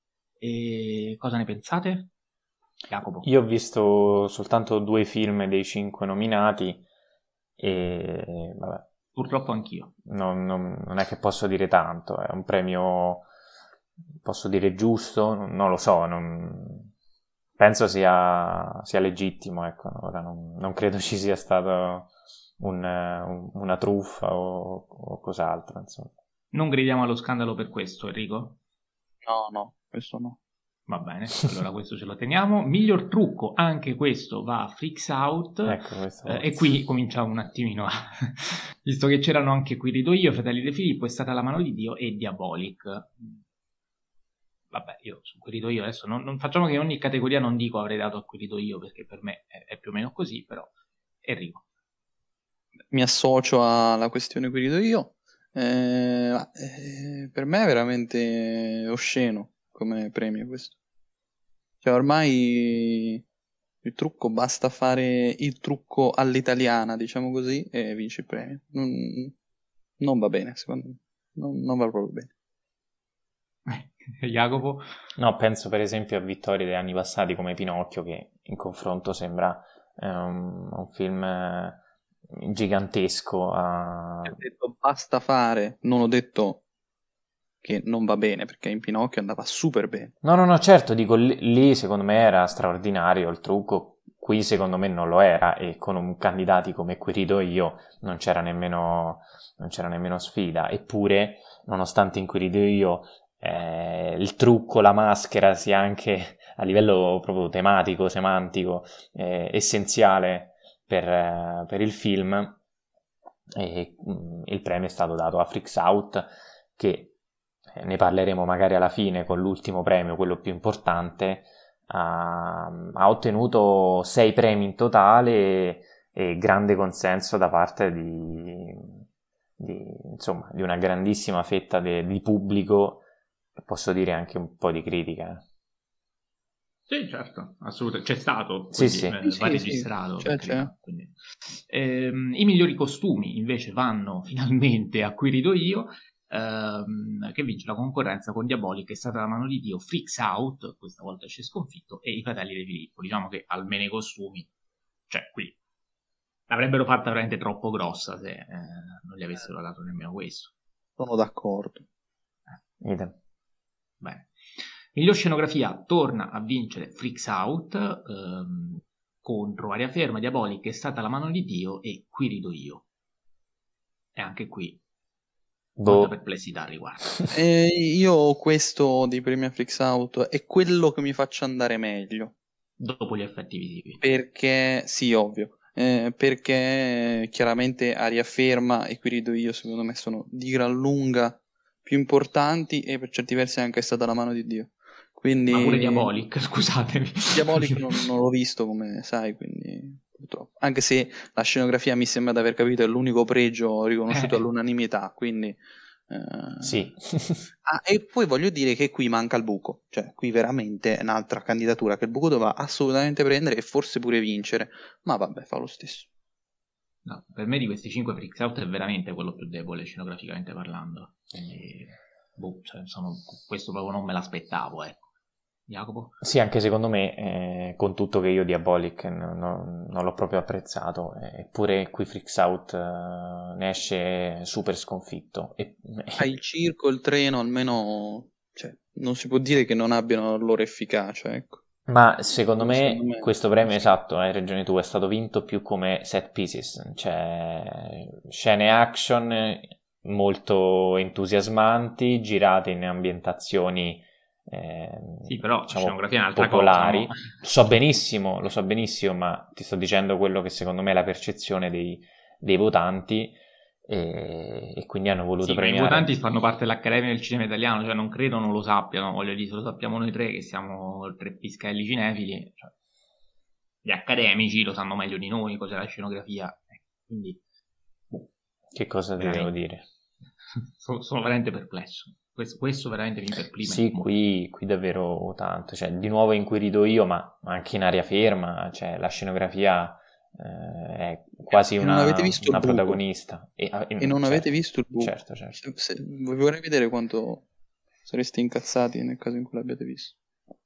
E cosa ne pensate? Jacopo? Io ho visto soltanto 2 film dei 5 nominati e vabbè. Purtroppo anch'io. Non è che posso dire tanto, è un premio, posso dire giusto, non lo so, penso sia legittimo, ecco. Ora non credo ci sia stato una truffa o cos'altro, insomma. Non gridiamo allo scandalo per questo, Enrico? No, questo no. Va bene, allora questo ce lo teniamo. Miglior trucco, anche questo va a Freaks Out. Ecco, e qui cominciamo un attimino visto che c'erano anche Qui rido io, Fratelli De Filippo, È stata la mano di Dio e Diabolic. Vabbè, io su Qui rido io adesso non facciamo che ogni categoria non dico avrei dato a Qui rido io, perché per me è più o meno così, però Enrico. Mi associo alla questione Qui rido io. Per me è veramente osceno come premio questo. Cioè ormai il trucco, basta fare il trucco all'italiana, diciamo così, e vinci il premio. Non va bene, secondo me. non va proprio bene. Jacopo? No, penso per esempio a vittorie degli anni passati come Pinocchio, che in confronto sembra un film gigantesco. Ho detto basta fare, non ho detto che non va bene, perché in Pinocchio andava super bene. No, certo, dico, lì secondo me era straordinario il trucco, qui secondo me non lo era, e con un candidati come Qui rido io non c'era nemmeno sfida, eppure, nonostante in Qui rido io il trucco, la maschera sia anche a livello proprio tematico, semantico, essenziale per il film, e il premio è stato dato a Freaks Out, che ne parleremo magari alla fine con l'ultimo premio, quello più importante. Ha ottenuto 6 premi in totale e grande consenso da parte insomma, di una grandissima fetta di pubblico, posso dire anche un po' di critica. Sì, certo, assolutamente. C'è stato, Sì, quindi sì. va registrato. C'è. Quindi. I migliori costumi invece vanno finalmente a Qui rido io, che vince la concorrenza con Diabolic, È stata la mano di Dio, Freaks Out, questa volta c'è sconfitto, e I fratelli De Filippo. Diciamo che almeno i costumi, cioè qui, l'avrebbero fatta veramente troppo grossa se non gli avessero dato nemmeno questo. Sono d'accordo. Idem. Bene. Miglior scenografia torna a vincere Freaks Out, contro Aria Ferma, Diabolic, È stata la mano di Dio e Qui rido io. E anche qui molta perplessità al riguardo. Io questo di premi a Freaks Out è quello che mi faccia andare meglio. Dopo gli effetti visivi. Perché, sì, ovvio, perché chiaramente Aria Ferma e Qui rido io secondo me sono di gran lunga più importanti, e per certi versi anche È stata la mano di Dio. Quindi Ma pure Diabolic, scusatemi. Diabolic non l'ho visto, come sai, quindi purtroppo. Anche se la scenografia mi sembra di aver capito è l'unico pregio riconosciuto all'unanimità, quindi sì. e poi voglio dire che qui manca il buco, cioè qui veramente è un'altra candidatura che il buco doveva assolutamente prendere e forse pure vincere, ma vabbè, fa lo stesso. No, per me di questi 5 Freaks Out è veramente quello più debole scenograficamente parlando. Quindi, cioè, questo proprio non me l'aspettavo, ecco. Jacopo? Sì, anche secondo me, con tutto che io Diabolic non l'ho proprio apprezzato, eppure qui Freaks Out ne esce super sconfitto. Il circo, il treno, almeno, cioè, non si può dire che non abbiano la loro efficacia, ecco. Ma secondo me questo premio, esatto, hai ragione tu, è stato vinto più come set pieces, cioè scene action molto entusiasmanti, girate in ambientazioni sì, però diciamo, scenografia è un'altra popolari. cosa, no? Lo so benissimo, ma ti sto dicendo quello che secondo me è la percezione dei votanti, e quindi hanno voluto premiare. I votanti fanno parte dell'Accademia del Cinema Italiano, cioè non credo non lo sappiano, voglio dire, se lo sappiamo noi tre che siamo tre piscaelli cinefili, cioè, gli accademici lo sanno meglio di noi cos'è la scenografia, quindi che cosa ti devo dire? Sono veramente perplesso. Questo veramente mi perplime. Sì, qui davvero tanto, cioè, di nuovo in Qui rido io, ma anche in Aria Ferma, cioè, la scenografia è quasi una protagonista. E non avete visto il buco. Certo. Vorrei vedere quanto sareste incazzati nel caso in cui l'abbiate visto.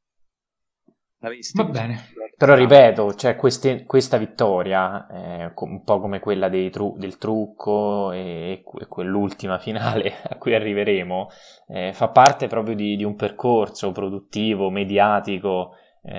Va bene. Però ripeto, cioè questa vittoria, un po' come quella del trucco e quell'ultima finale a cui arriveremo, fa parte proprio di un percorso produttivo, mediatico,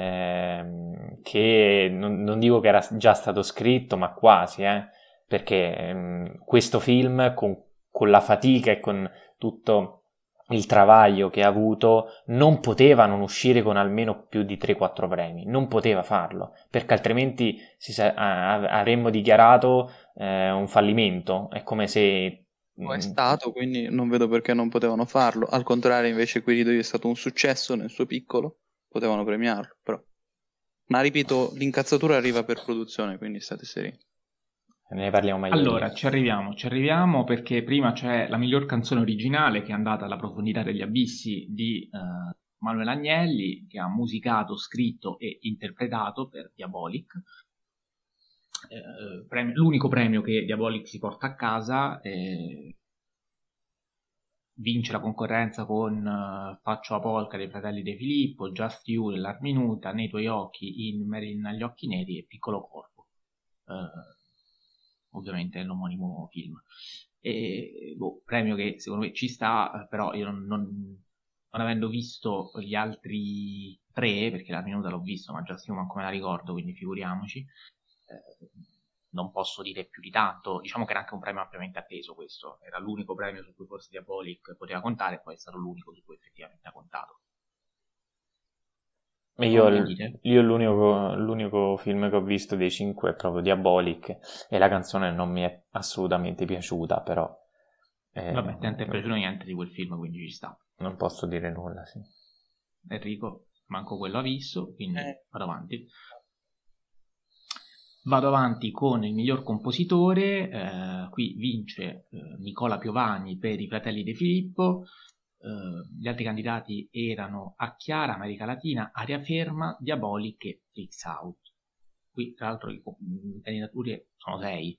che non dico che era già stato scritto, ma quasi, perché questo film con la fatica e con tutto il travaglio che ha avuto non poteva non uscire con almeno più di 3-4 premi, non poteva farlo, perché altrimenti avremmo dichiarato un fallimento. È come se è stato, quindi non vedo perché non potevano farlo. Al contrario, invece Qui rido io è stato un successo nel suo piccolo, potevano premiarlo, però. Ma ripeto, l'incazzatura arriva per produzione, quindi state sereni. Ne parliamo meglio. Allora, ci arriviamo perché prima c'è la miglior canzone originale, che è andata alla profondità degli abissi, di Manuel Agnelli, che ha musicato, scritto e interpretato per Diabolic. L'unico premio che Diabolic si porta a casa. vince la concorrenza con Faccio a polka dei fratelli De Filippo, Just You dell'Art Minuta, Nei tuoi occhi in Marilyn agli occhi neri e Piccolo corpo, ovviamente nell'omonimo film. E premio che secondo me ci sta, però io non avendo visto gli altri 3, perché l'Art Minuta l'ho visto ma Just You manco me la ricordo, quindi figuriamoci, non posso dire più di tanto. Diciamo che era anche un premio ampiamente atteso, questo era l'unico premio su cui forse Diabolic poteva contare, e poi è stato l'unico su cui effettivamente ha contato. Io l'unico film che ho visto dei 5 è proprio Diabolic, e la canzone non mi è assolutamente piaciuta, però vabbè, te non ti è piaciuto niente di quel film, quindi ci sta, non posso dire nulla, sì. Enrico manco quello ha visto, quindi vado avanti con il miglior compositore. Qui vince Nicola Piovani per I fratelli De Filippo. Gli altri candidati erano A Chiara, America Latina, Aria Ferma, Diabolic e Freaks Out. Qui tra l'altro le candidature sono 6.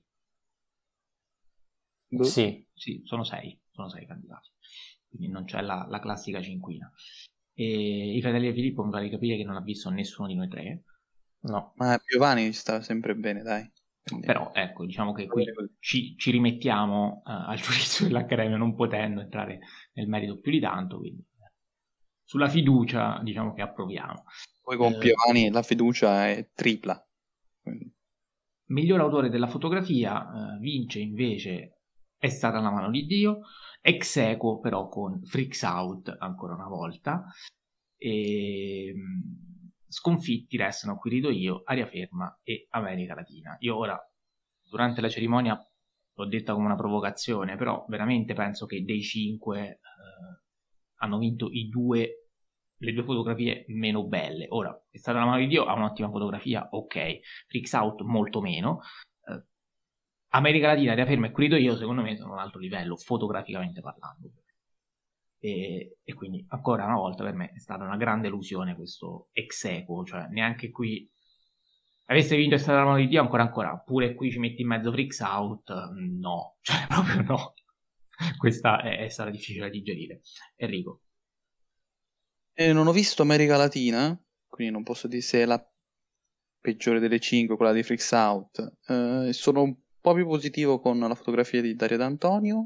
Sì, sono 6 candidati, quindi non c'è la classica cinquina. E I fratelli De Filippo mi pare di capire che non ha visto nessuno di noi 3. No, ma Piovani sta sempre bene, dai. Quindi... Però ecco, diciamo che qui ci rimettiamo al giudizio dell'Accademia, non potendo entrare nel merito più di tanto, quindi sulla fiducia diciamo che approviamo. Poi con Piovani la fiducia è tripla. Quindi. Miglior autore della fotografia vince invece È stata la mano di Dio, ex aequo però con Freaks Out ancora una volta, e sconfitti restano Qui rido io, Aria Ferma e America Latina. Io ora, durante la cerimonia, l'ho detta come una provocazione, però veramente penso che dei 5 hanno vinto le due fotografie meno belle. Ora, È stata la mano di Dio, ha un'ottima fotografia, ok. Freaks Out molto meno. America Latina, Aria Ferma e Qui rido io, secondo me, sono un altro livello, fotograficamente parlando. E quindi ancora una volta per me è stata una grande illusione questo ex aequo, cioè neanche qui avesse vinto È stata la mano di Dio, ancora pure qui ci metti in mezzo Freaks Out, no, cioè proprio no. Questa è stata difficile da digerire. Enrico? Non ho visto America Latina, quindi non posso dire se è la peggiore delle 5, quella di Freaks Out. Sono un po' più positivo con la fotografia di Dario D'Antonio,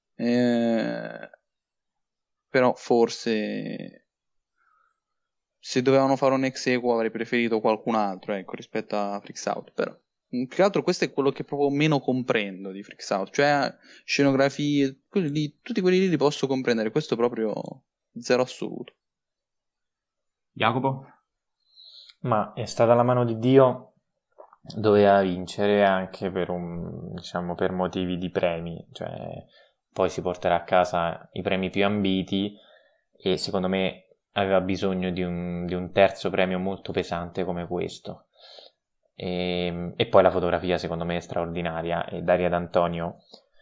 però forse se dovevano fare un ex equo avrei preferito qualcun altro, ecco, rispetto a Freaks Out. Però più che altro questo è quello che proprio meno comprendo di Freaks Out, cioè scenografie, tutti quelli lì li posso comprendere, questo proprio zero assoluto. Jacopo? Ma È stata la mano di Dio, doveva vincere anche per per motivi di premi, cioè poi si porterà a casa i premi più ambiti, e secondo me aveva bisogno di un terzo premio molto pesante come questo. E poi la fotografia secondo me è straordinaria, e Daria D'Antonio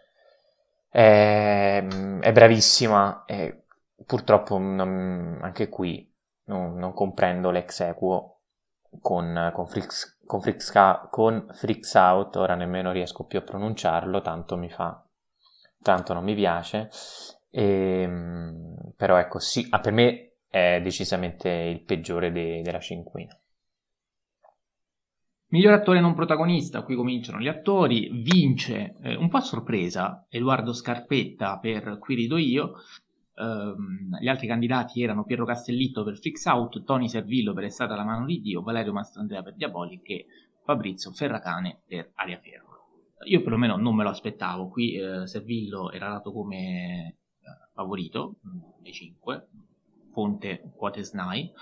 è bravissima, e purtroppo anche qui non comprendo l'ex equo con Freaks Out, ora nemmeno riesco più a pronunciarlo, tanto non mi piace, però ecco sì, per me è decisamente il peggiore della cinquina. Miglior attore non protagonista, qui cominciano gli attori. Vince, un po' a sorpresa, Edoardo Scarpetta per Qui rido io. Gli altri candidati erano Piero Castellitto per Freaks Out, Tony Servillo per È stata la mano di Dio, Valerio Mastrandrea per Diabolic e Fabrizio Ferracane per Aria Ferma. Io perlomeno non me lo aspettavo, qui Servillo era dato come favorito dei 5, fonte quote SNAI,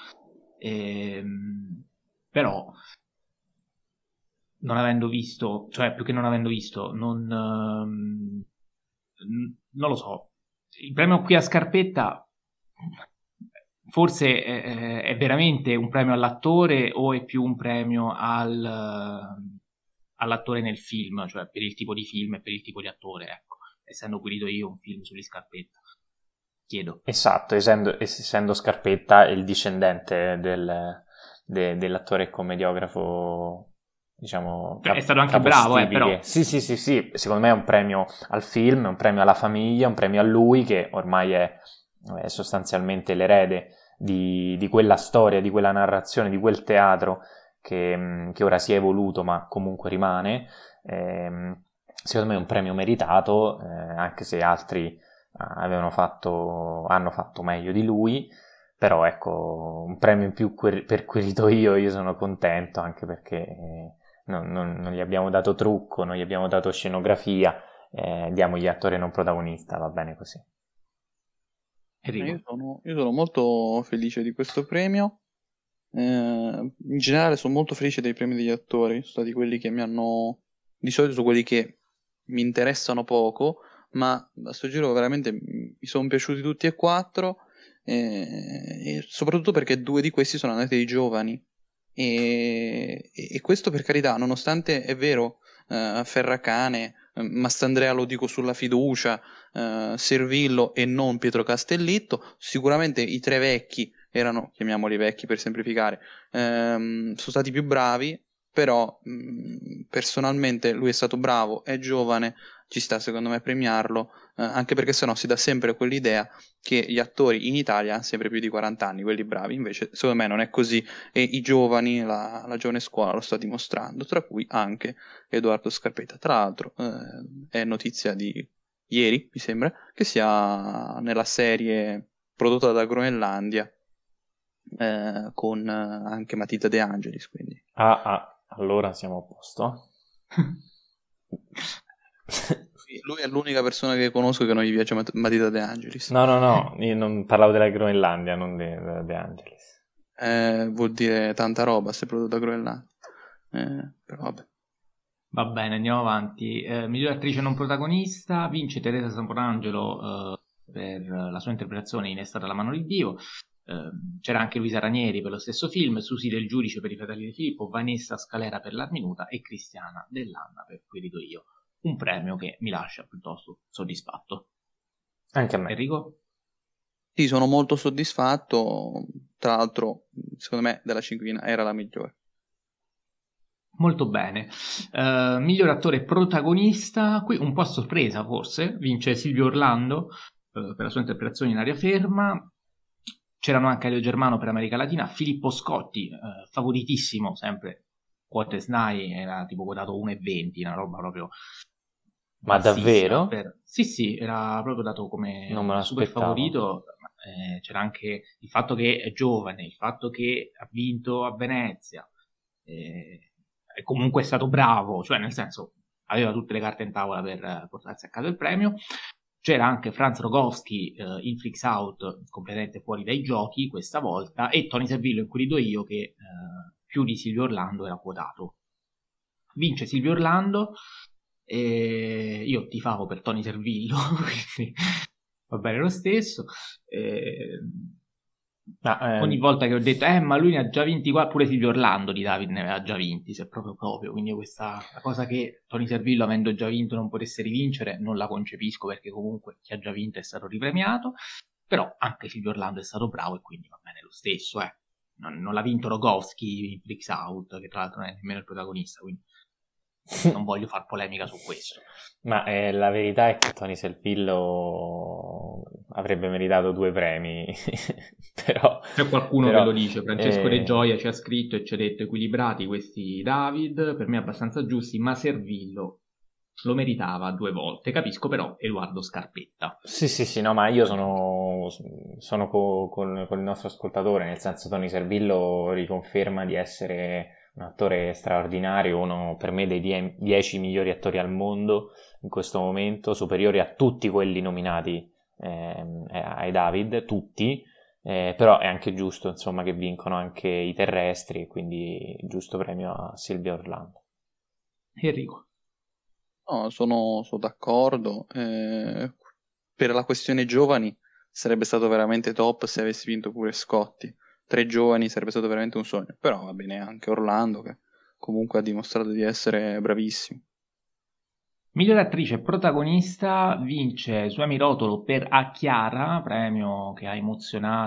però non avendo visto, cioè più che non avendo visto, non lo so. Il premio qui a Scarpetta forse è veramente un premio all'attore o è più un premio all'attore nel film, cioè per il tipo di film e per il tipo di attore, ecco, essendo Qui rido io un film sugli Scarpetta. Chiedo. Esatto, essendo Scarpetta il discendente dell'attore e commediografo diciamo, è stato anche bravo, però. Sì, secondo me è un premio al film, è un premio alla famiglia, un premio a lui che ormai è sostanzialmente l'erede di quella storia, di quella narrazione, di quel teatro che ora si è evoluto ma comunque rimane. Secondo me è un premio meritato, anche se altri hanno fatto meglio di lui. Però ecco, un premio in più per Quirito io sono contento, anche perché non gli abbiamo dato trucco, non gli abbiamo dato scenografia, diamogli attore non protagonista, va bene così. Io sono molto felice di questo premio. In generale sono molto felice dei premi degli attori, sono stati quelli che di solito sono quelli che mi interessano poco, ma a sto giro veramente mi sono piaciuti tutti e 4. E soprattutto perché 2 di questi sono andati ai giovani e questo, per carità, nonostante è vero, Ferracane, Mastandrea lo dico sulla fiducia, Servillo e non Pietro Castellitto, sicuramente i 3 vecchi erano, chiamiamoli vecchi per semplificare, sono stati più bravi, però personalmente lui è stato bravo, è giovane, ci sta secondo me premiarlo, anche perché sennò si dà sempre quell'idea che gli attori in Italia hanno sempre più di 40 anni, quelli bravi. Invece secondo me non è così, e i giovani, la giovane scuola lo sta dimostrando, tra cui anche Edoardo Scarpetta. Tra l'altro è notizia di ieri, mi sembra, che sia nella serie prodotta da Groenlandia con anche Matita De Angelis, quindi allora siamo a posto. Lui è l'unica persona che conosco che non gli piace Matita De Angelis. No, io non parlavo della Groenlandia, non di De Angelis. Vuol dire tanta roba se prodotto da Groenlandia. Però vabbè. Va bene, andiamo avanti. Miglior attrice non protagonista vince Teresa Samporangelo per la sua interpretazione in È stata la mano di Dio. C'era anche Luisa Ranieri per lo stesso film, Susi Del Giudice per I Fratelli di Filippo, Vanessa Scalera per L'Arminuta e Cristiana Dell'Anna per Querido Io. Un premio che mi lascia piuttosto soddisfatto. Anche a me. Enrico? Sì, sono molto soddisfatto. Tra l'altro, secondo me, della cinquina era la migliore. Molto bene. Miglior attore protagonista, qui un po' a sorpresa forse, vince Silvio Orlando per la sua interpretazione in Aria Ferma. C'erano anche Elio Germano per America Latina, Filippo Scotti, favoritissimo sempre, quote SNAI era tipo quotato 1,20, una roba proprio... Ma davvero? Sì, era proprio dato come super aspettavo. favorito. C'era anche il fatto che è giovane, il fatto che ha vinto a Venezia, e comunque è stato bravo, cioè nel senso aveva tutte le carte in tavola per portarsi a casa il premio. C'era anche Franz Rogowski in Freaks Out, completamente fuori dai giochi questa volta, e Tony Servillo in Querido Io, che più di Silvio Orlando era quotato. Vince Silvio Orlando, e io tifavo per Tony Servillo, quindi va bene lo stesso. Ogni volta che ho detto ma lui ne ha già vinti qua, pure Silvio Orlando di David ne aveva già vinti, se proprio, quindi la cosa che Tony Servillo, avendo già vinto, non potesse rivincere non la concepisco, perché comunque chi ha già vinto è stato ripremiato. Però anche Silvio Orlando è stato bravo e quindi va bene lo stesso. Non l'ha vinto Rogowski in Freaks Out, che tra l'altro non è nemmeno il protagonista, quindi non voglio far polemica su questo. Ma la verità è che Tony Servillo avrebbe meritato 2 premi. Però c'è qualcuno che lo dice. Francesco De Gioia ci ha scritto e ci ha detto: equilibrati questi David, per me abbastanza giusti, ma Servillo lo meritava 2 volte. Capisco però Edoardo Scarpetta. Sì, no, ma io sono con il nostro ascoltatore, nel senso Tony Servillo riconferma di essere un attore straordinario, uno per me dei 10 migliori attori al mondo in questo momento, superiori a tutti quelli nominati ai David, tutti, però è anche giusto, insomma, che vincono anche i terrestri, quindi giusto premio a Silvio Orlando. Enrico? No, sono d'accordo. Per la questione giovani sarebbe stato veramente top se avessi vinto pure Scotti. 3 giovani sarebbe stato veramente un sogno, però va bene anche Orlando, che comunque ha dimostrato di essere bravissimo. Miglior attrice protagonista vince Suemi Rotolo per A Chiara, premio che ha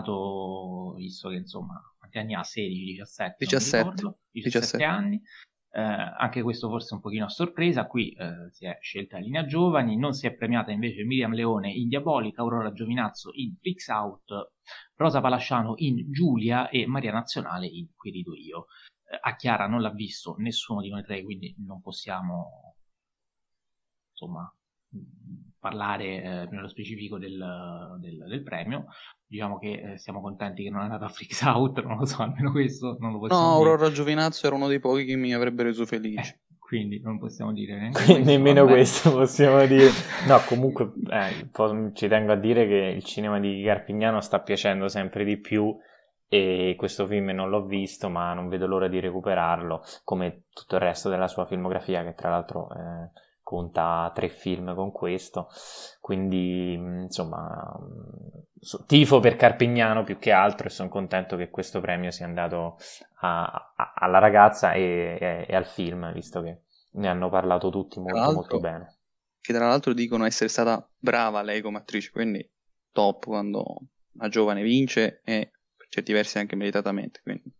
emozionato, visto che insomma quanti anni ha? 16, 17? 17 anni. Anche questo forse un pochino a sorpresa. Qui si è scelta la linea giovani, non si è premiata invece Miriam Leone in Diabolica, Aurora Giovinazzo in Freaks Out, Rosa Palasciano in Giulia e Maria Nazionale in Qui rido io. A Chiara non l'ha visto nessuno di noi tre, quindi non possiamo insomma parlare nello specifico del premio. Diciamo che siamo contenti che non è andato a Freaks Out, non lo so, almeno questo non lo possiamo No, dire. Aurora Giovinazzo era uno dei pochi che mi avrebbe reso felice. Quindi non possiamo dire neanche questo, nemmeno vabbè. questo possiamo dire. No, comunque ci tengo a dire che il cinema di Carpignano sta piacendo sempre di più, e questo film non l'ho visto, ma non vedo l'ora di recuperarlo, come tutto il resto della sua filmografia, che tra l'altro conta 3 film con questo. Quindi insomma tifo per Carpignano più che altro, e sono contento che questo premio sia andato alla ragazza e al film, visto che ne hanno parlato tutti molto bene. Che tra l'altro dicono essere stata brava lei come attrice, quindi top quando una giovane vince, e per certi versi anche meritatamente, quindi.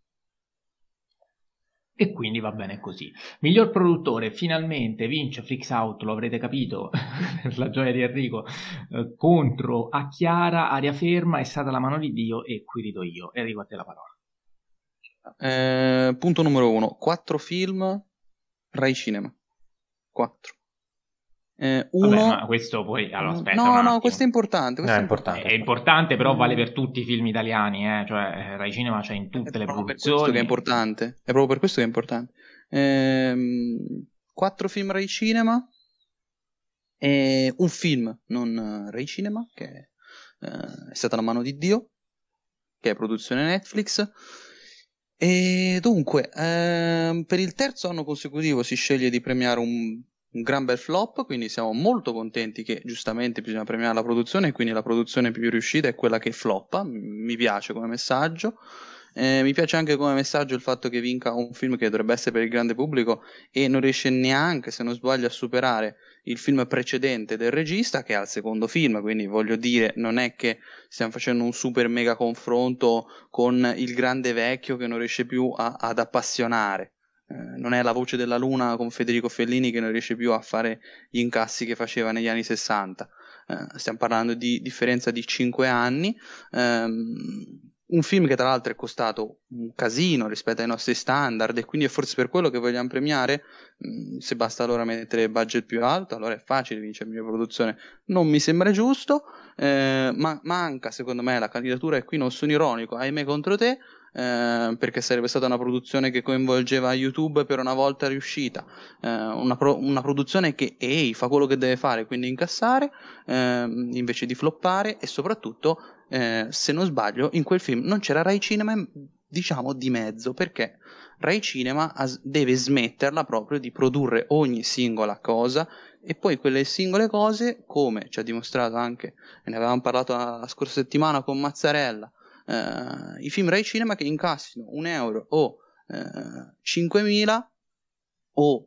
E quindi va bene così. Miglior produttore, finalmente vince Freaks Out, lo avrete capito, la gioia di Enrico, contro A Chiara, Aria Ferma, È stata la mano di Dio e Qui rido io. Enrico, a te la parola. Punto numero 1, 4 film Rai Cinema. 4. Vabbè, ma questo poi allora, aspetta, no, questo è importante. È importante. È importante, però vale per tutti i film italiani, cioè Rai Cinema c'è in tutte le produzioni. È proprio per questo che è importante. 4 film Rai Cinema e un film non Rai Cinema, che è stata La mano di Dio, che è produzione Netflix. E dunque, per il terzo anno consecutivo si sceglie di premiare un gran bel flop, quindi siamo molto contenti che giustamente bisogna premiare la produzione, e quindi la produzione più riuscita è quella che floppa. Mi piace come messaggio. Mi piace anche come messaggio il fatto che vinca un film che dovrebbe essere per il grande pubblico e non riesce neanche, se non sbaglio, a superare il film precedente del regista, che è al secondo film, quindi voglio dire, non è che stiamo facendo un super mega confronto con il grande vecchio che non riesce più ad appassionare. Non è La voce della luna con Federico Fellini che non riesce più a fare gli incassi che faceva negli anni 60. Stiamo parlando di differenza di 5 anni. Un film che tra l'altro è costato un casino rispetto ai nostri standard, e quindi è forse per quello che vogliamo premiare. Se basta allora mettere budget più alto, allora è facile vincere miglior produzione. Non mi sembra giusto, ma manca secondo me la candidatura, e qui non sono ironico, ahimè contro te, perché sarebbe stata una produzione che coinvolgeva YouTube per una volta riuscita, una produzione che fa quello che deve fare, quindi incassare invece di floppare, e soprattutto se non sbaglio in quel film non c'era Rai Cinema, diciamo, di mezzo, perché Rai Cinema deve smetterla proprio di produrre ogni singola cosa, e poi quelle singole cose, come ci ha dimostrato anche, e ne avevamo parlato la scorsa settimana con Mazzarella, i film Rai Cinema che incassino €1 o 5.000 o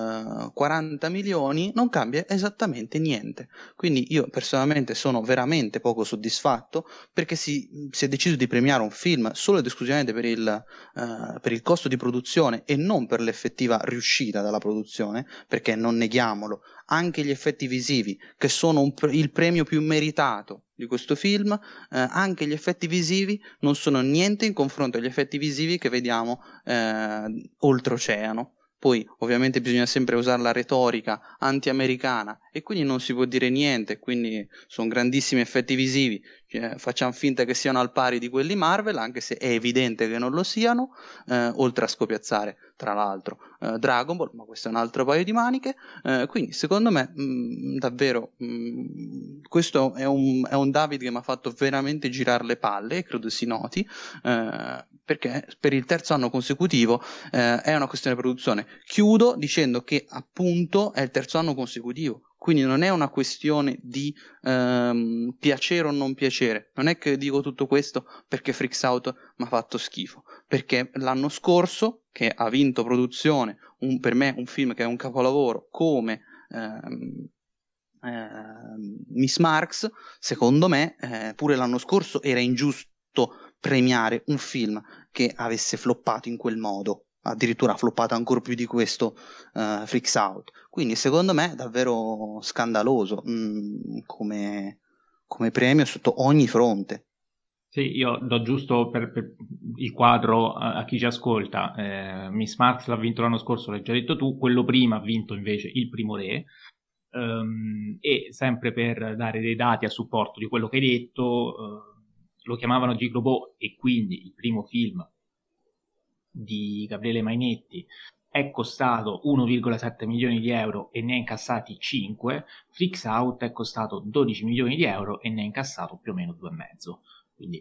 40 milioni non cambia esattamente niente. Quindi io personalmente sono veramente poco soddisfatto, perché si è deciso di premiare un film solo ed esclusivamente per il costo di produzione e non per l'effettiva riuscita della produzione, perché non neghiamolo, anche gli effetti visivi, che sono il premio più meritato di questo film, anche gli effetti visivi non sono niente in confronto agli effetti visivi che vediamo oltreoceano. Poi ovviamente bisogna sempre usare la retorica anti-americana, e quindi non si può dire niente, quindi sono grandissimi effetti visivi, facciamo finta che siano al pari di quelli Marvel, anche se è evidente che non lo siano, oltre a scopiazzare tra l'altro Dragon Ball, ma questo è un altro paio di maniche. Quindi secondo me davvero questo è un David che mi ha fatto veramente girare le palle, e credo si noti, perché per il terzo anno consecutivo è una questione di produzione. Chiudo dicendo che appunto è il terzo anno consecutivo, quindi non è una questione di piacere o non piacere. Non è che dico tutto questo perché Freaks Out mi ha fatto schifo, perché l'anno scorso, che ha vinto produzione, per me un film che è un capolavoro come Miss Marx, secondo me pure l'anno scorso era ingiusto premiare un film che avesse floppato in quel modo. addirittura ha floppato ancora più di questo Freaks Out. Quindi secondo me è davvero scandaloso come premio sotto ogni fronte. Sì, io do giusto per il quadro a chi ci ascolta. Miss Marx l'ha vinto l'anno scorso, l'hai già detto tu, quello prima ha vinto invece Il Primo Re. E sempre per dare dei dati a supporto di quello che hai detto, lo chiamavano Gigrobot, e quindi il primo film di Gabriele Mainetti è costato 1,7 milioni di euro e ne ha incassati 5. Freaks Out è costato 12 milioni di euro e ne ha incassato più o meno 2,5. Quindi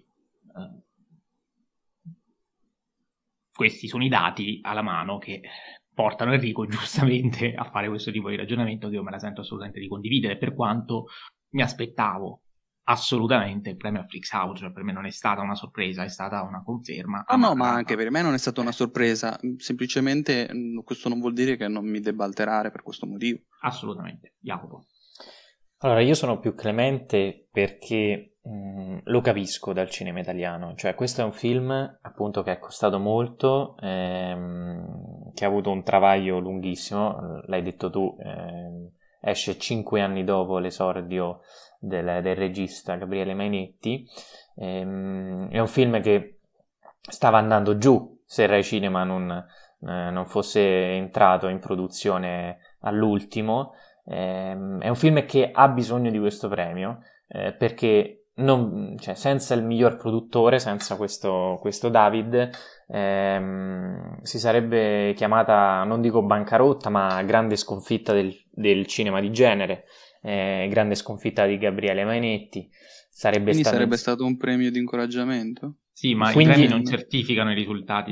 questi sono i dati alla mano che portano Enrico giustamente a fare questo tipo di ragionamento, che io me la sento assolutamente di condividere, per quanto mi aspettavo assolutamente il premio a Freaks Out. Cioè, per me non è stata una sorpresa, è stata una conferma. No, ma anche per me non è stata una sorpresa, semplicemente questo non vuol dire che non mi debba alterare per questo motivo. Assolutamente. Jacopo? Allora, io sono più clemente perché lo capisco dal cinema italiano. Cioè, questo è un film appunto che è costato molto, che ha avuto un travaglio lunghissimo, l'hai detto tu, esce 5 anni dopo l'esordio del regista Gabriele Mainetti. È un film che stava andando giù se Rai Cinema non fosse entrato in produzione all'ultimo. È un film che ha bisogno di questo premio, perché senza il miglior produttore, senza questo David, si sarebbe chiamata, non dico bancarotta, ma grande sconfitta del cinema di genere, grande sconfitta di Gabriele Mainetti. Quindi sarebbe stato un premio di incoraggiamento? Sì, ma quindi, i premi non certificano i risultati.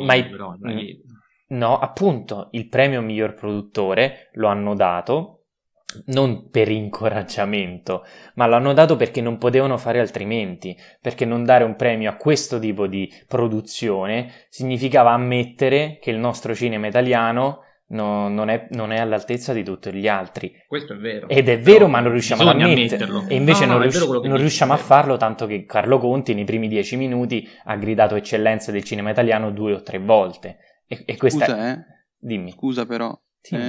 No, appunto, il premio miglior produttore lo hanno dato non per incoraggiamento, ma l'hanno dato perché non potevano fare altrimenti, perché non dare un premio a questo tipo di produzione significava ammettere che il nostro cinema italiano non è all'altezza di tutti gli altri. Questo è vero. Ed è vero, ma non riusciamo ad ammetterlo. E invece non riusciamo a farlo, tanto che Carlo Conti nei primi 10 minuti ha gridato eccellenze del cinema italiano 2 o 3 volte. E questa Scusa, Dimmi. Scusa però. Sì.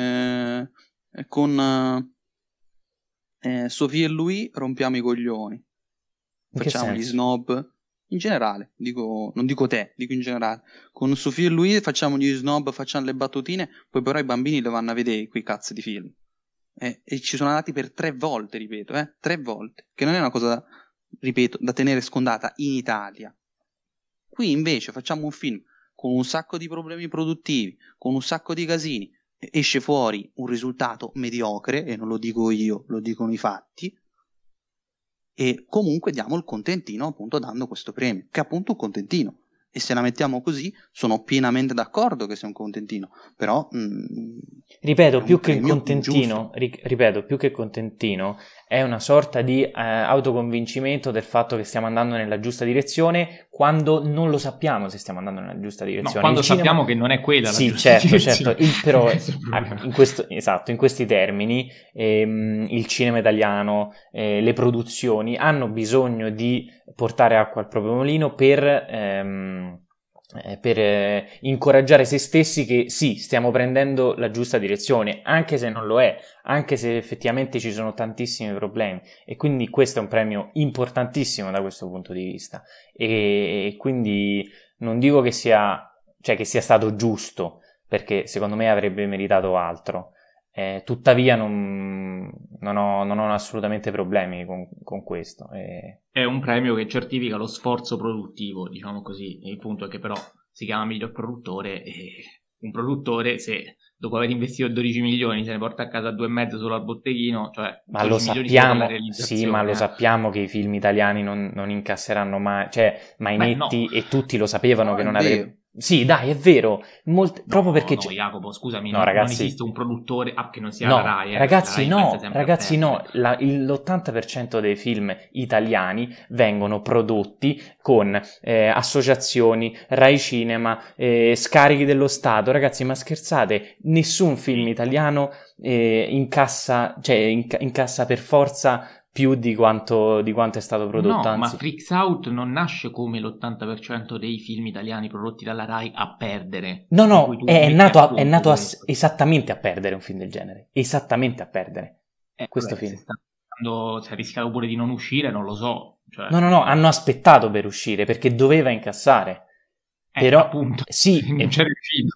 Con Sofia e lui rompiamo i coglioni. Facciamo gli snob. In generale, non dico te, dico in generale. Con Sofia e lui facciamo gli snob, facciamo le battutine, poi però i bambini lo vanno a vedere quei cazzo di film. E ci sono andati per 3 volte, ripeto, 3 volte. Che non è una cosa, ripeto, da tenere scondata in Italia. Qui invece facciamo un film con un sacco di problemi produttivi, con un sacco di casini, esce fuori un risultato mediocre, e non lo dico io, lo dicono i fatti, e comunque diamo il contentino, appunto, dando questo premio, che è appunto un contentino, e se la mettiamo così sono pienamente d'accordo che sia un contentino, però ripeto, più che contentino è una sorta di autoconvincimento del fatto che stiamo andando nella giusta direzione, quando non lo sappiamo se stiamo andando nella giusta direzione. No, quando sappiamo che non è quella la giusta direzione. Però in questi termini il cinema italiano, le produzioni hanno bisogno di portare acqua al proprio mulino per incoraggiare se stessi che sì, stiamo prendendo la giusta direzione, anche se non lo è, anche se effettivamente ci sono tantissimi problemi, e quindi questo è un premio importantissimo da questo punto di vista, e quindi non dico che sia stato giusto, perché secondo me avrebbe meritato altro. Tuttavia non ho assolutamente problemi con questo. È un premio che certifica lo sforzo produttivo, diciamo così. Il punto è che però si chiama miglior produttore, e un produttore, se dopo aver investito 12 milioni se ne porta a casa 2,5 solo al botteghino, cioè ma lo sappiamo, sì, ma lo sappiamo che i film italiani non incasseranno mai, cioè Mainetti e tutti lo sapevano che non avrebbe. Sì, dai, è vero, proprio perché no, Jacopo, scusami, ragazzi, non esiste un produttore che non sia la Rai. Ragazzi, l'80% dei film italiani vengono prodotti con associazioni, Rai Cinema, scarichi dello Stato. Ragazzi, ma scherzate? Nessun film italiano incassa per forza più di quanto è stato prodotto. No, ma anzi. Freaks Out non nasce come l'80% dei film italiani prodotti dalla Rai a perdere. No, Di no, cui tu è metti nato, a è conto nato questo. esattamente a perdere un film del genere. Esattamente a perdere. Questo Vabbè, film. se ha rischiato pure di non uscire, non lo so. Cioè, No, hanno aspettato per uscire perché doveva incassare. Però, appunto, sì, non c'è riuscito.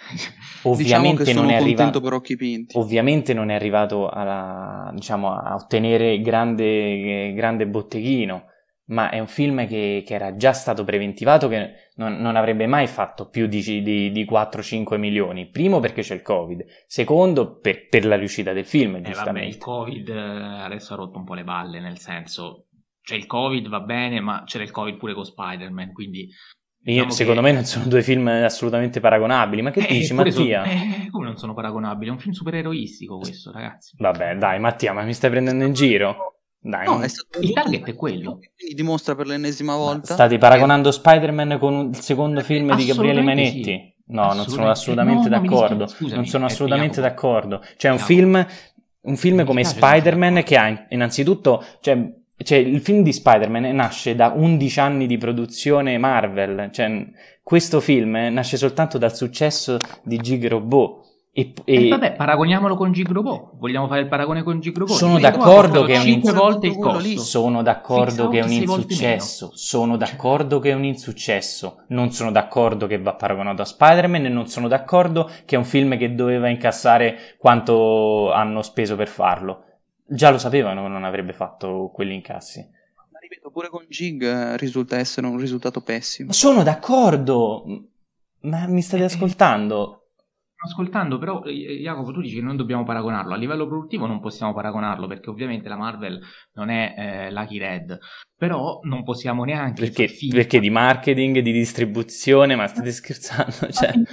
Diciamo che ovviamente non sono è contento arrivato. per occhi pinti. Ovviamente non è arrivato diciamo, a ottenere grande botteghino, ma è un film che era già stato preventivato, che non avrebbe mai fatto più di 4-5 milioni. Primo perché c'è il Covid, secondo per la riuscita del film, Vabbè, giustamente. il Covid adesso ha rotto un po' le balle, nel senso, cioè il Covid va bene, ma c'era il Covid pure con Spider-Man, quindi... Diciamo Secondo me non sono due film assolutamente paragonabili. Ma che dici, Mattia? Come non sono paragonabili? È un film supereroistico questo, ragazzi. Vabbè, dai, Mattia, ma mi stai prendendo in giro? Dai, No, è stato il target è quello. Quindi dimostra per l'ennesima volta. State paragonando Spider-Man con il secondo film di Gabriele Manetti? Sì. No, non sono assolutamente d'accordo. Non sono assolutamente d'accordo. Cioè, un film come Spider-Man che ha innanzitutto, cioè, il film di Spider-Man nasce da 11 anni di produzione Marvel. Cioè, questo film nasce soltanto dal successo di Gig Robot. Vabbè, paragoniamolo con Gig Robot. Vogliamo fare il paragone con Gig Robot? Sono d'accordo che è un 5 volte il costo. Sono d'accordo che è un insuccesso. Sono d'accordo che è un insuccesso. Non sono d'accordo che va paragonato a Spider-Man e non sono d'accordo che è un film che doveva incassare quanto hanno speso per farlo. Già lo sapevano che non avrebbe fatto quegli incassi. Ma ripeto, pure con Gig risulta essere un risultato pessimo. Sono d'accordo, ma mi state ascoltando? Ascoltando, però Jacopo, tu dici che non dobbiamo paragonarlo. A livello produttivo non possiamo paragonarlo perché ovviamente la Marvel non è Lucky Red, però non possiamo neanche perché di marketing, di distribuzione, ma state scherzando?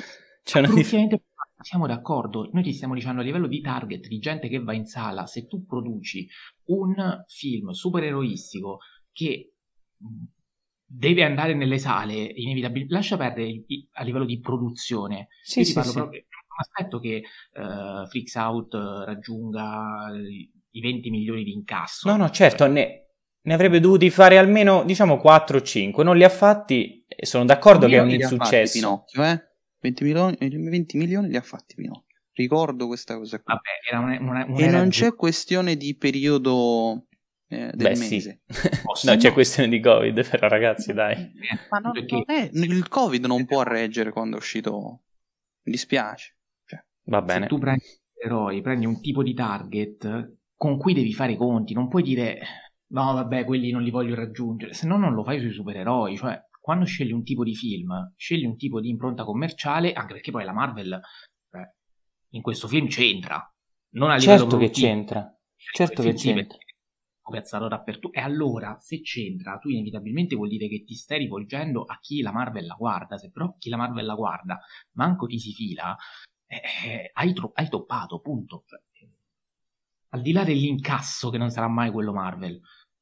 Siamo d'accordo, noi ti stiamo dicendo a livello di target, di gente che va in sala, se tu produci un film supereroistico che deve andare nelle sale, inevitabilmente, lascia perdere a livello di produzione. Io ti parlo proprio di un aspetto che Freaks Out raggiunga i 20 milioni di incasso. No, certo, ne avrebbe dovuti fare almeno, diciamo, 4 o 5. Non li ha fatti e sono d'accordo che è un insuccesso. Pinocchio, 20 milioni li ha fatti Pinocchio. Ricordo questa cosa qui. Vabbè, e non c'è questione di periodo del mese. Sì. No, c'è questione di Covid, però ragazzi, dai. Ma non è, il Covid non può reggere quando è uscito. Mi dispiace. Va bene. Se tu prendi eroi, prendi un tipo di target con cui devi fare i conti, non puoi dire no, vabbè, quelli non li voglio raggiungere, se no non lo fai sui supereroi, cioè quando scegli un tipo di film, scegli un tipo di impronta commerciale, anche perché poi la Marvel in questo film c'entra, non a livello produttivo. Certo che c'entra. Piazzato dappertutto. E allora, se c'entra, tu inevitabilmente vuol dire che ti stai rivolgendo a chi la Marvel la guarda. Se però chi la Marvel la guarda manco ti si fila, hai toppato, punto. Cioè, al di là dell'incasso che non sarà mai quello Marvel,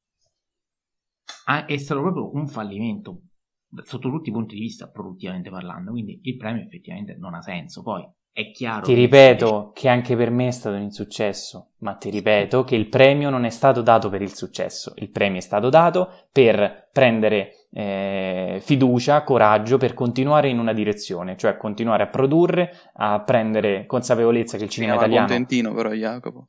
è stato proprio un fallimento sotto tutti i punti di vista, produttivamente parlando. Quindi il premio effettivamente non ha senso. Poi è chiaro. Ti ripeto che anche per me è stato un insuccesso, ma ti ripeto che il premio non è stato dato per il successo, il premio è stato dato per prendere fiducia, coraggio, per continuare in una direzione, cioè continuare a produrre, a prendere consapevolezza che il cinema italiano... contentino però, Jacopo.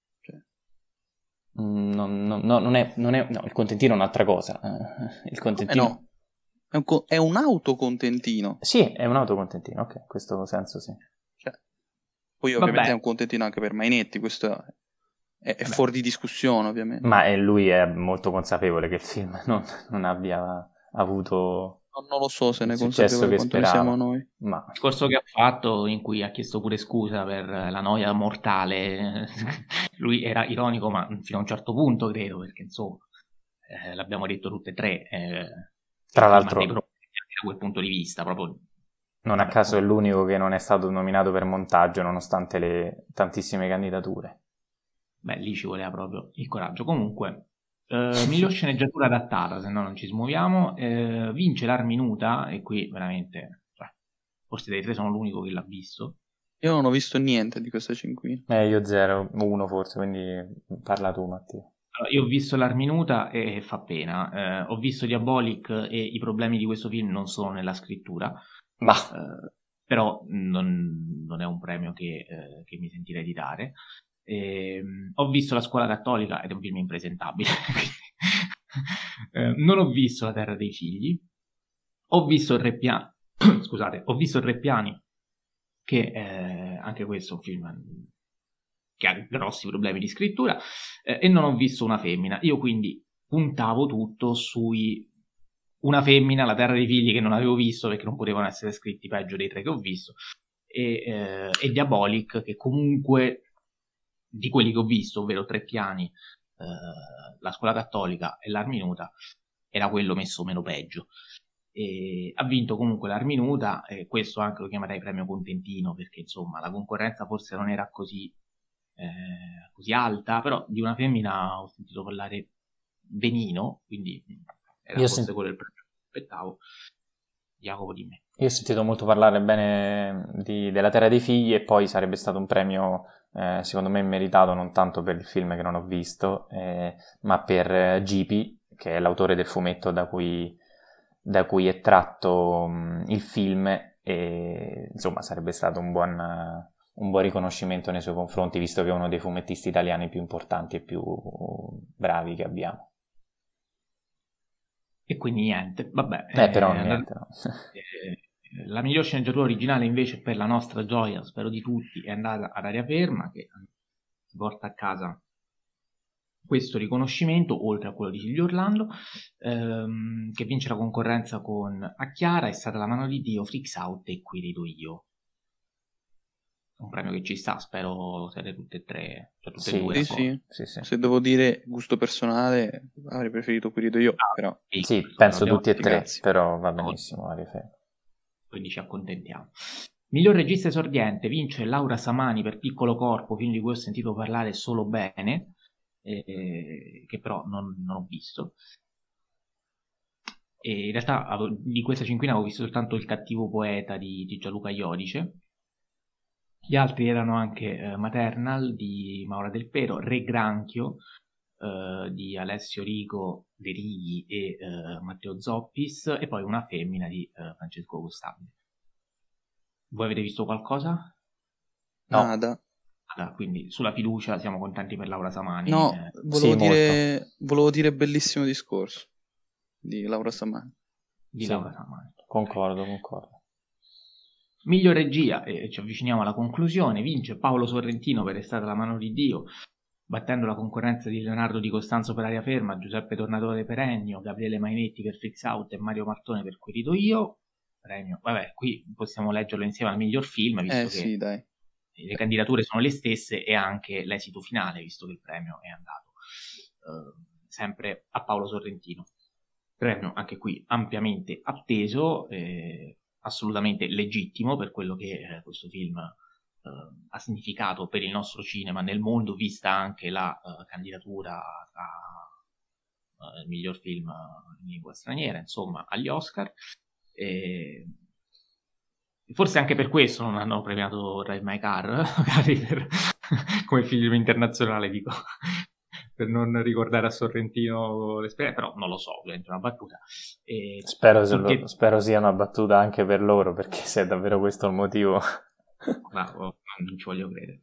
No, il contentino è un'altra cosa. Il contentino... No? È un autocontentino. Sì, è un autocontentino, ok, in questo senso sì. Poi ovviamente è un contentino anche per Mainetti, questo è fuori di discussione ovviamente. Ma lui è molto consapevole che il film non abbia avuto non lo so se ne è consapevole quanto ne siamo noi. Ma il discorso che ha fatto, in cui ha chiesto pure scusa per la noia mortale, lui era ironico ma fino a un certo punto credo, perché insomma l'abbiamo detto tutte e tre, tra l'altro da quel punto di vista proprio. Non a caso è l'unico che non è stato nominato per montaggio nonostante le tantissime candidature. Beh, lì ci voleva proprio il coraggio. Comunque, miglior sceneggiatura adattata, se no non ci smuoviamo. Vince l'Arminuta, e qui veramente, forse dei tre sono l'unico che l'ha visto. Io non ho visto niente di questa cinquina. Io 0, 1 forse, quindi parla tu, Mattia. Allora, io ho visto L'Arminuta e fa pena. Ho visto Diabolic e i problemi di questo film non sono nella scrittura, Ma però non è un premio che mi sentirei di dare. Ho visto La Scuola Cattolica ed è un film impresentabile. Non ho visto La Terra dei Figli. Ho visto il Re Piani. Scusate, ho visto il Re Piani, che anche questo è un film che ha grossi problemi di scrittura, e non ho visto Una femmina. Io quindi puntavo tutto sui Una femmina, La Terra dei Figli, che non avevo visto perché non potevano essere scritti peggio dei 3 che ho visto, e Diabolic, che comunque di quelli che ho visto, ovvero Tre Piani, La Scuola Cattolica e L'Arminuta, era quello messo meno peggio. E ha vinto comunque L'Arminuta, e questo anche lo chiamerei premio contentino, perché insomma la concorrenza forse non era così alta, però di Una femmina ho sentito parlare benino, quindi era forse quello il premio che aspettavo. Jacopo, di me. Io ho sentito molto parlare bene della Terra dei Figli, e poi sarebbe stato un premio secondo me meritato non tanto per il film che non ho visto, ma per Gipi, che è l'autore del fumetto da cui è tratto il film, e insomma sarebbe stato un buon riconoscimento nei suoi confronti, visto che è uno dei fumettisti italiani più importanti e più bravi che abbiamo. E quindi niente, vabbè. Però niente, no. La miglior sceneggiatura originale invece, per la nostra gioia, spero di tutti, è andata ad Aria Ferma, che si porta a casa questo riconoscimento, oltre a quello di Silvio Orlando, che vince la concorrenza con A Chiara, È stata la mano di Dio, Freaks Out e Qui rido io. Un premio che ci sta, spero siete tutte e tre, cioè tutte e due. Sì. Se devo dire gusto personale, avrei preferito Qui rido io, però. Sì, penso tutti e tre, grazie. Però va benissimo Aria Ferma. Quindi ci accontentiamo. Miglior regista esordiente vince Laura Samani per Piccolo Corpo, film di cui ho sentito parlare solo bene, che però non ho visto. E in realtà di questa cinquina avevo visto soltanto Il cattivo poeta di Gianluca Iodice. Gli altri erano anche Maternal di Maura Del Pero, Re Granchio di Alessio Rigo De Righi e Matteo Zoppis, e poi Una femmina di Francesco Costabile. Voi avete visto qualcosa? No. Nada. Quindi sulla fiducia siamo contenti per Laura Samani. No, volevo dire bellissimo discorso di Laura Samani. Laura Samani. Concordo. Miglior regia, e ci avviciniamo alla conclusione, vince Paolo Sorrentino per È stata la mano di Dio, battendo la concorrenza di Leonardo Di Costanzo per Aria Ferma, Giuseppe Tornatore per Ennio, Gabriele Mainetti per Freaks Out e Mario Martone per Qui rido io. Premio, vabbè, qui possiamo leggerlo insieme al miglior film, visto che sì, dai. Le candidature sono le stesse, e anche l'esito finale, visto che il premio è andato sempre a Paolo Sorrentino. Premio anche qui ampiamente atteso, assolutamente legittimo per quello che questo film ha significato per il nostro cinema nel mondo, vista anche la candidatura al miglior film in lingua straniera, insomma, agli Oscar. Forse anche per questo non hanno premiato Drive My Car, magari come film internazionale, dico, per non ricordare a Sorrentino l'esperienza, però non lo so, ovviamente è una battuta. Spero sia una battuta anche per loro, perché se è davvero questo il motivo... non ci voglio credere.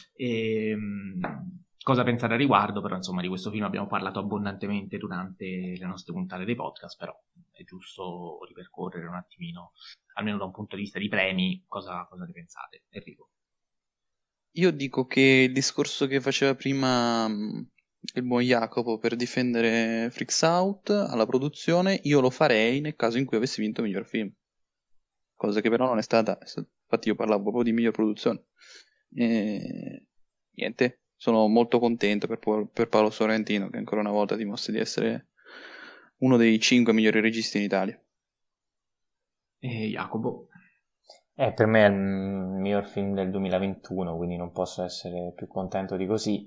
Cosa pensare a riguardo? Però insomma di questo film abbiamo parlato abbondantemente durante le nostre puntate dei podcast, però è giusto ripercorrere un attimino, almeno da un punto di vista di premi, cosa ne pensate. Enrico? Io dico che il discorso che faceva prima il buon Jacopo per difendere Freaks Out alla produzione, io lo farei nel caso in cui avessi vinto miglior film, cosa che però non è stata. Infatti io parlavo proprio di miglior produzione. Niente, sono molto contento per Paolo Sorrentino, che ancora una volta dimostra di essere uno dei 5 migliori registi in Italia. E Jacopo? Per me è il miglior film del 2021, quindi non posso essere più contento di così.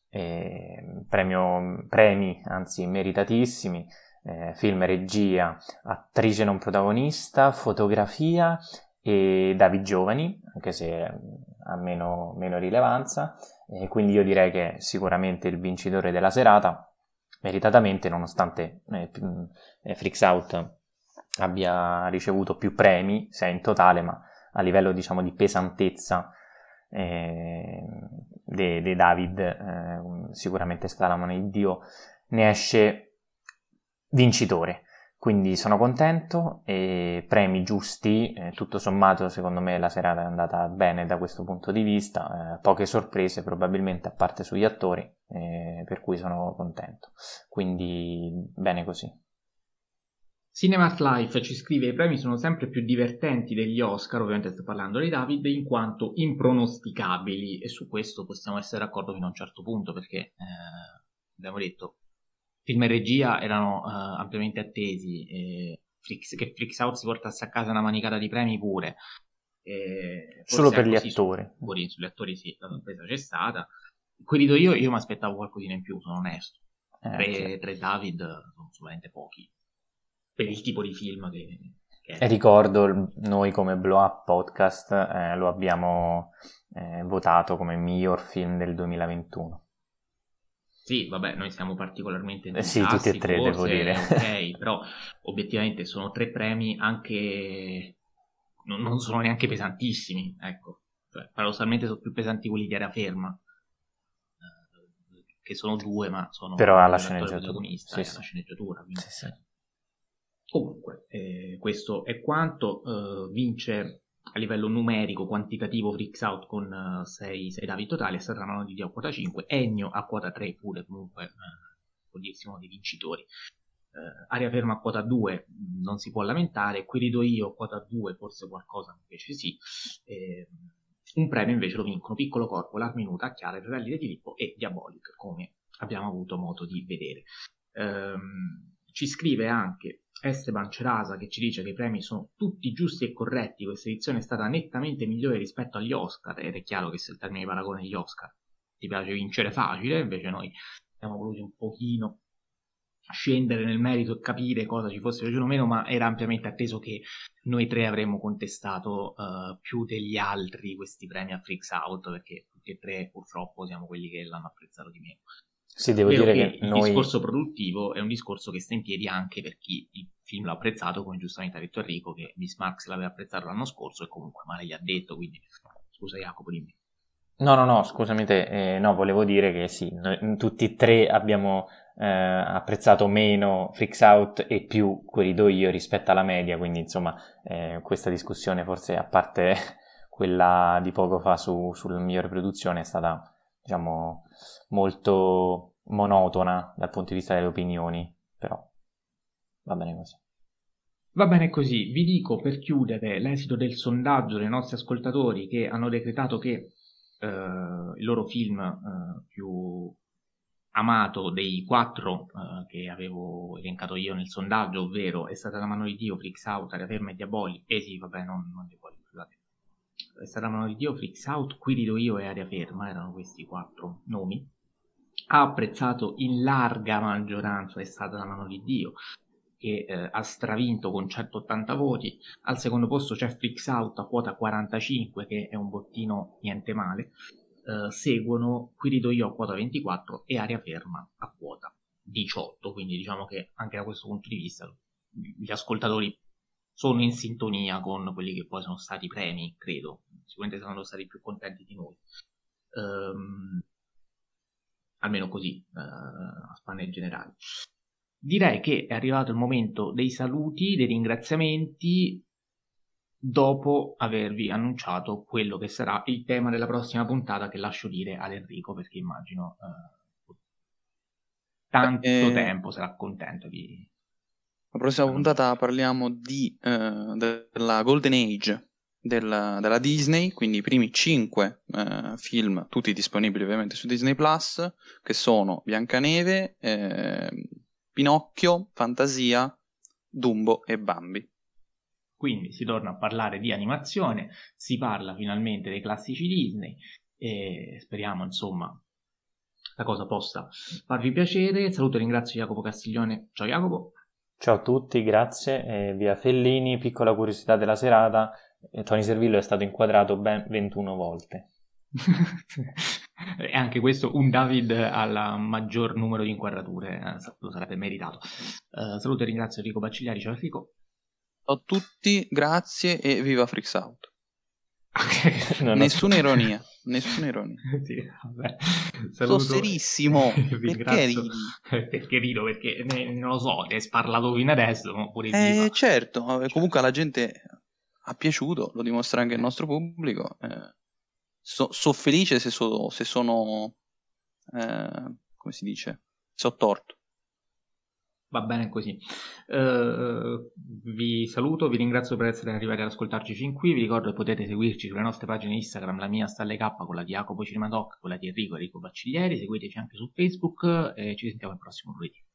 Premi, anzi, meritatissimi. Film, regia, attrice non protagonista, fotografia e David Giovani, anche se ha meno rilevanza, quindi io direi che è sicuramente il vincitore della serata, meritatamente, nonostante Freaks Out abbia ricevuto più premi, 6 in totale, ma a livello diciamo di pesantezza di David, sicuramente sta la mano di Dio, ne esce vincitore. Quindi sono contento, e premi giusti, tutto sommato secondo me la serata è andata bene da questo punto di vista, poche sorprese probabilmente a parte sugli attori, per cui sono contento, quindi bene così. Cinemat Life ci scrive: i premi sono sempre più divertenti degli Oscar, ovviamente sto parlando di David, in quanto impronosticabili, e su questo possiamo essere d'accordo fino a un certo punto, perché abbiamo detto film e regia erano ampiamente attesi, che Freaks Out si portasse a casa una manicata di premi pure, solo per gli attori. Sugli attori sì, la sorpresa c'è stata. Quelli io mi aspettavo qualcosina in più, sono onesto. Tre David sono assolutamente pochi per il tipo di film che è. E ricordo, noi come Blow Up Podcast lo abbiamo votato come miglior film del 2021. Sì, vabbè, noi siamo particolarmente sì, tutti e tre, forse, devo dire. Ok, però obiettivamente sono 3 premi anche... non sono neanche pesantissimi, ecco. Cioè, paradossalmente sono più pesanti quelli di Area Ferma, che sono 2, ma sono... Però alla sceneggiatura. Protagonista, sì. alla sceneggiatura. Quindi. Sì. Comunque, questo è quanto. Vince a livello numerico, quantitativo, Freaks Out con 6 davi totali, è stata la mano di Dio a quota 5, Ennio a quota 3 pure, comunque può dirsi uno dei vincitori. Aria Ferma a quota 2 non si può lamentare, Qui rido io a quota 2 forse qualcosa invece sì. Un premio invece lo vincono Piccolo Corpo, L'Arma Minuta, Chiara, I Fratelli di Filippo e Diabolic, come abbiamo avuto modo di vedere. Ci scrive anche Esteban Cerasa, che ci dice che i premi sono tutti giusti e corretti, questa edizione è stata nettamente migliore rispetto agli Oscar, ed è chiaro che se il termine di paragone agli Oscar ti piace vincere facile, invece noi abbiamo voluto un pochino scendere nel merito e capire cosa ci fosse piaciuto o meno, ma era ampiamente atteso che noi 3 avremmo contestato più degli altri questi premi a Freaks Out, perché tutti e 3 purtroppo siamo quelli che l'hanno apprezzato di meno. Sì, devo dire che il discorso produttivo è un discorso che sta in piedi anche per chi il film l'ha apprezzato, come giustamente ha detto Enrico, che Miss Marx l'aveva apprezzato l'anno scorso e comunque male gli ha detto, quindi scusa Jacopo, dimmi. No, scusami te, no, volevo dire che sì, noi, tutti e 3 abbiamo apprezzato meno Freaks Out e più Qui rido io rispetto alla media, quindi insomma questa discussione, forse a parte quella di poco fa sulla migliore produzione, è stata diciamo molto monotona dal punto di vista delle opinioni, però va bene così. Va bene così, vi dico per chiudere l'esito del sondaggio dei nostri ascoltatori, che hanno decretato che il loro film più amato dei 4 che avevo elencato io nel sondaggio, ovvero È stata la mano di Dio, Freaks Out, Aria Ferma e Diabolic, sì, vabbè, non Diabolic, scusate. È stata la mano di Dio, Freaks Out, Qui rido io e Aria Ferma, erano questi 4 nomi. Ha apprezzato in larga maggioranza È stata la mano di Dio, che ha stravinto con 180 voti. Al secondo posto c'è Freaks Out a quota 45, che è un bottino niente male. Seguono Qui rido io a quota 24 e Aria Ferma a quota 18, quindi diciamo che anche da questo punto di vista gli ascoltatori sono in sintonia con quelli che poi sono stati i premi, credo, sicuramente saranno stati più contenti di noi, almeno così a spanne generali. Direi che è arrivato il momento dei saluti, dei ringraziamenti, dopo avervi annunciato quello che sarà il tema della prossima puntata, che lascio dire ad Enrico, perché immagino tanto tempo sarà contento di... La prossima puntata parliamo della Golden Age della Disney, quindi i primi 5 film, tutti disponibili ovviamente su Disney Plus, che sono Biancaneve, Pinocchio, Fantasia, Dumbo e Bambi. Quindi si torna a parlare di animazione, si parla finalmente dei classici Disney e speriamo insomma la cosa possa farvi piacere. Saluto e ringrazio Jacopo Castiglione. Ciao Jacopo. Ciao a tutti, grazie. Via Fellini, piccola curiosità della serata, Tony Servillo è stato inquadrato ben 21 volte. E anche questo un David al maggior numero di inquadrature, lo sarebbe meritato. Saluto e ringrazio Enrico Baccigliari. Ciao Enrico. Ciao a tutti, grazie e viva Freaks Out. Nessuna ironia, nessuna ironia. Sì, vabbè. Sono serissimo. Perché ridi? Perché rido? Perché non lo so, ne hai parlato fino adesso, ma pure viva. Certo, comunque alla gente ha piaciuto, lo dimostra anche il nostro pubblico. So felice se sono come si dice, se ho torto. Va bene così. Vi saluto, vi ringrazio per essere arrivati ad ascoltarci fin qui. Vi ricordo che potete seguirci sulle nostre pagine Instagram, la mia Stalle K, quella di Jacopo Cinemadoc, quella di Enrico Bacciglieri. Seguiteci anche su Facebook e ci sentiamo il prossimo lunedì.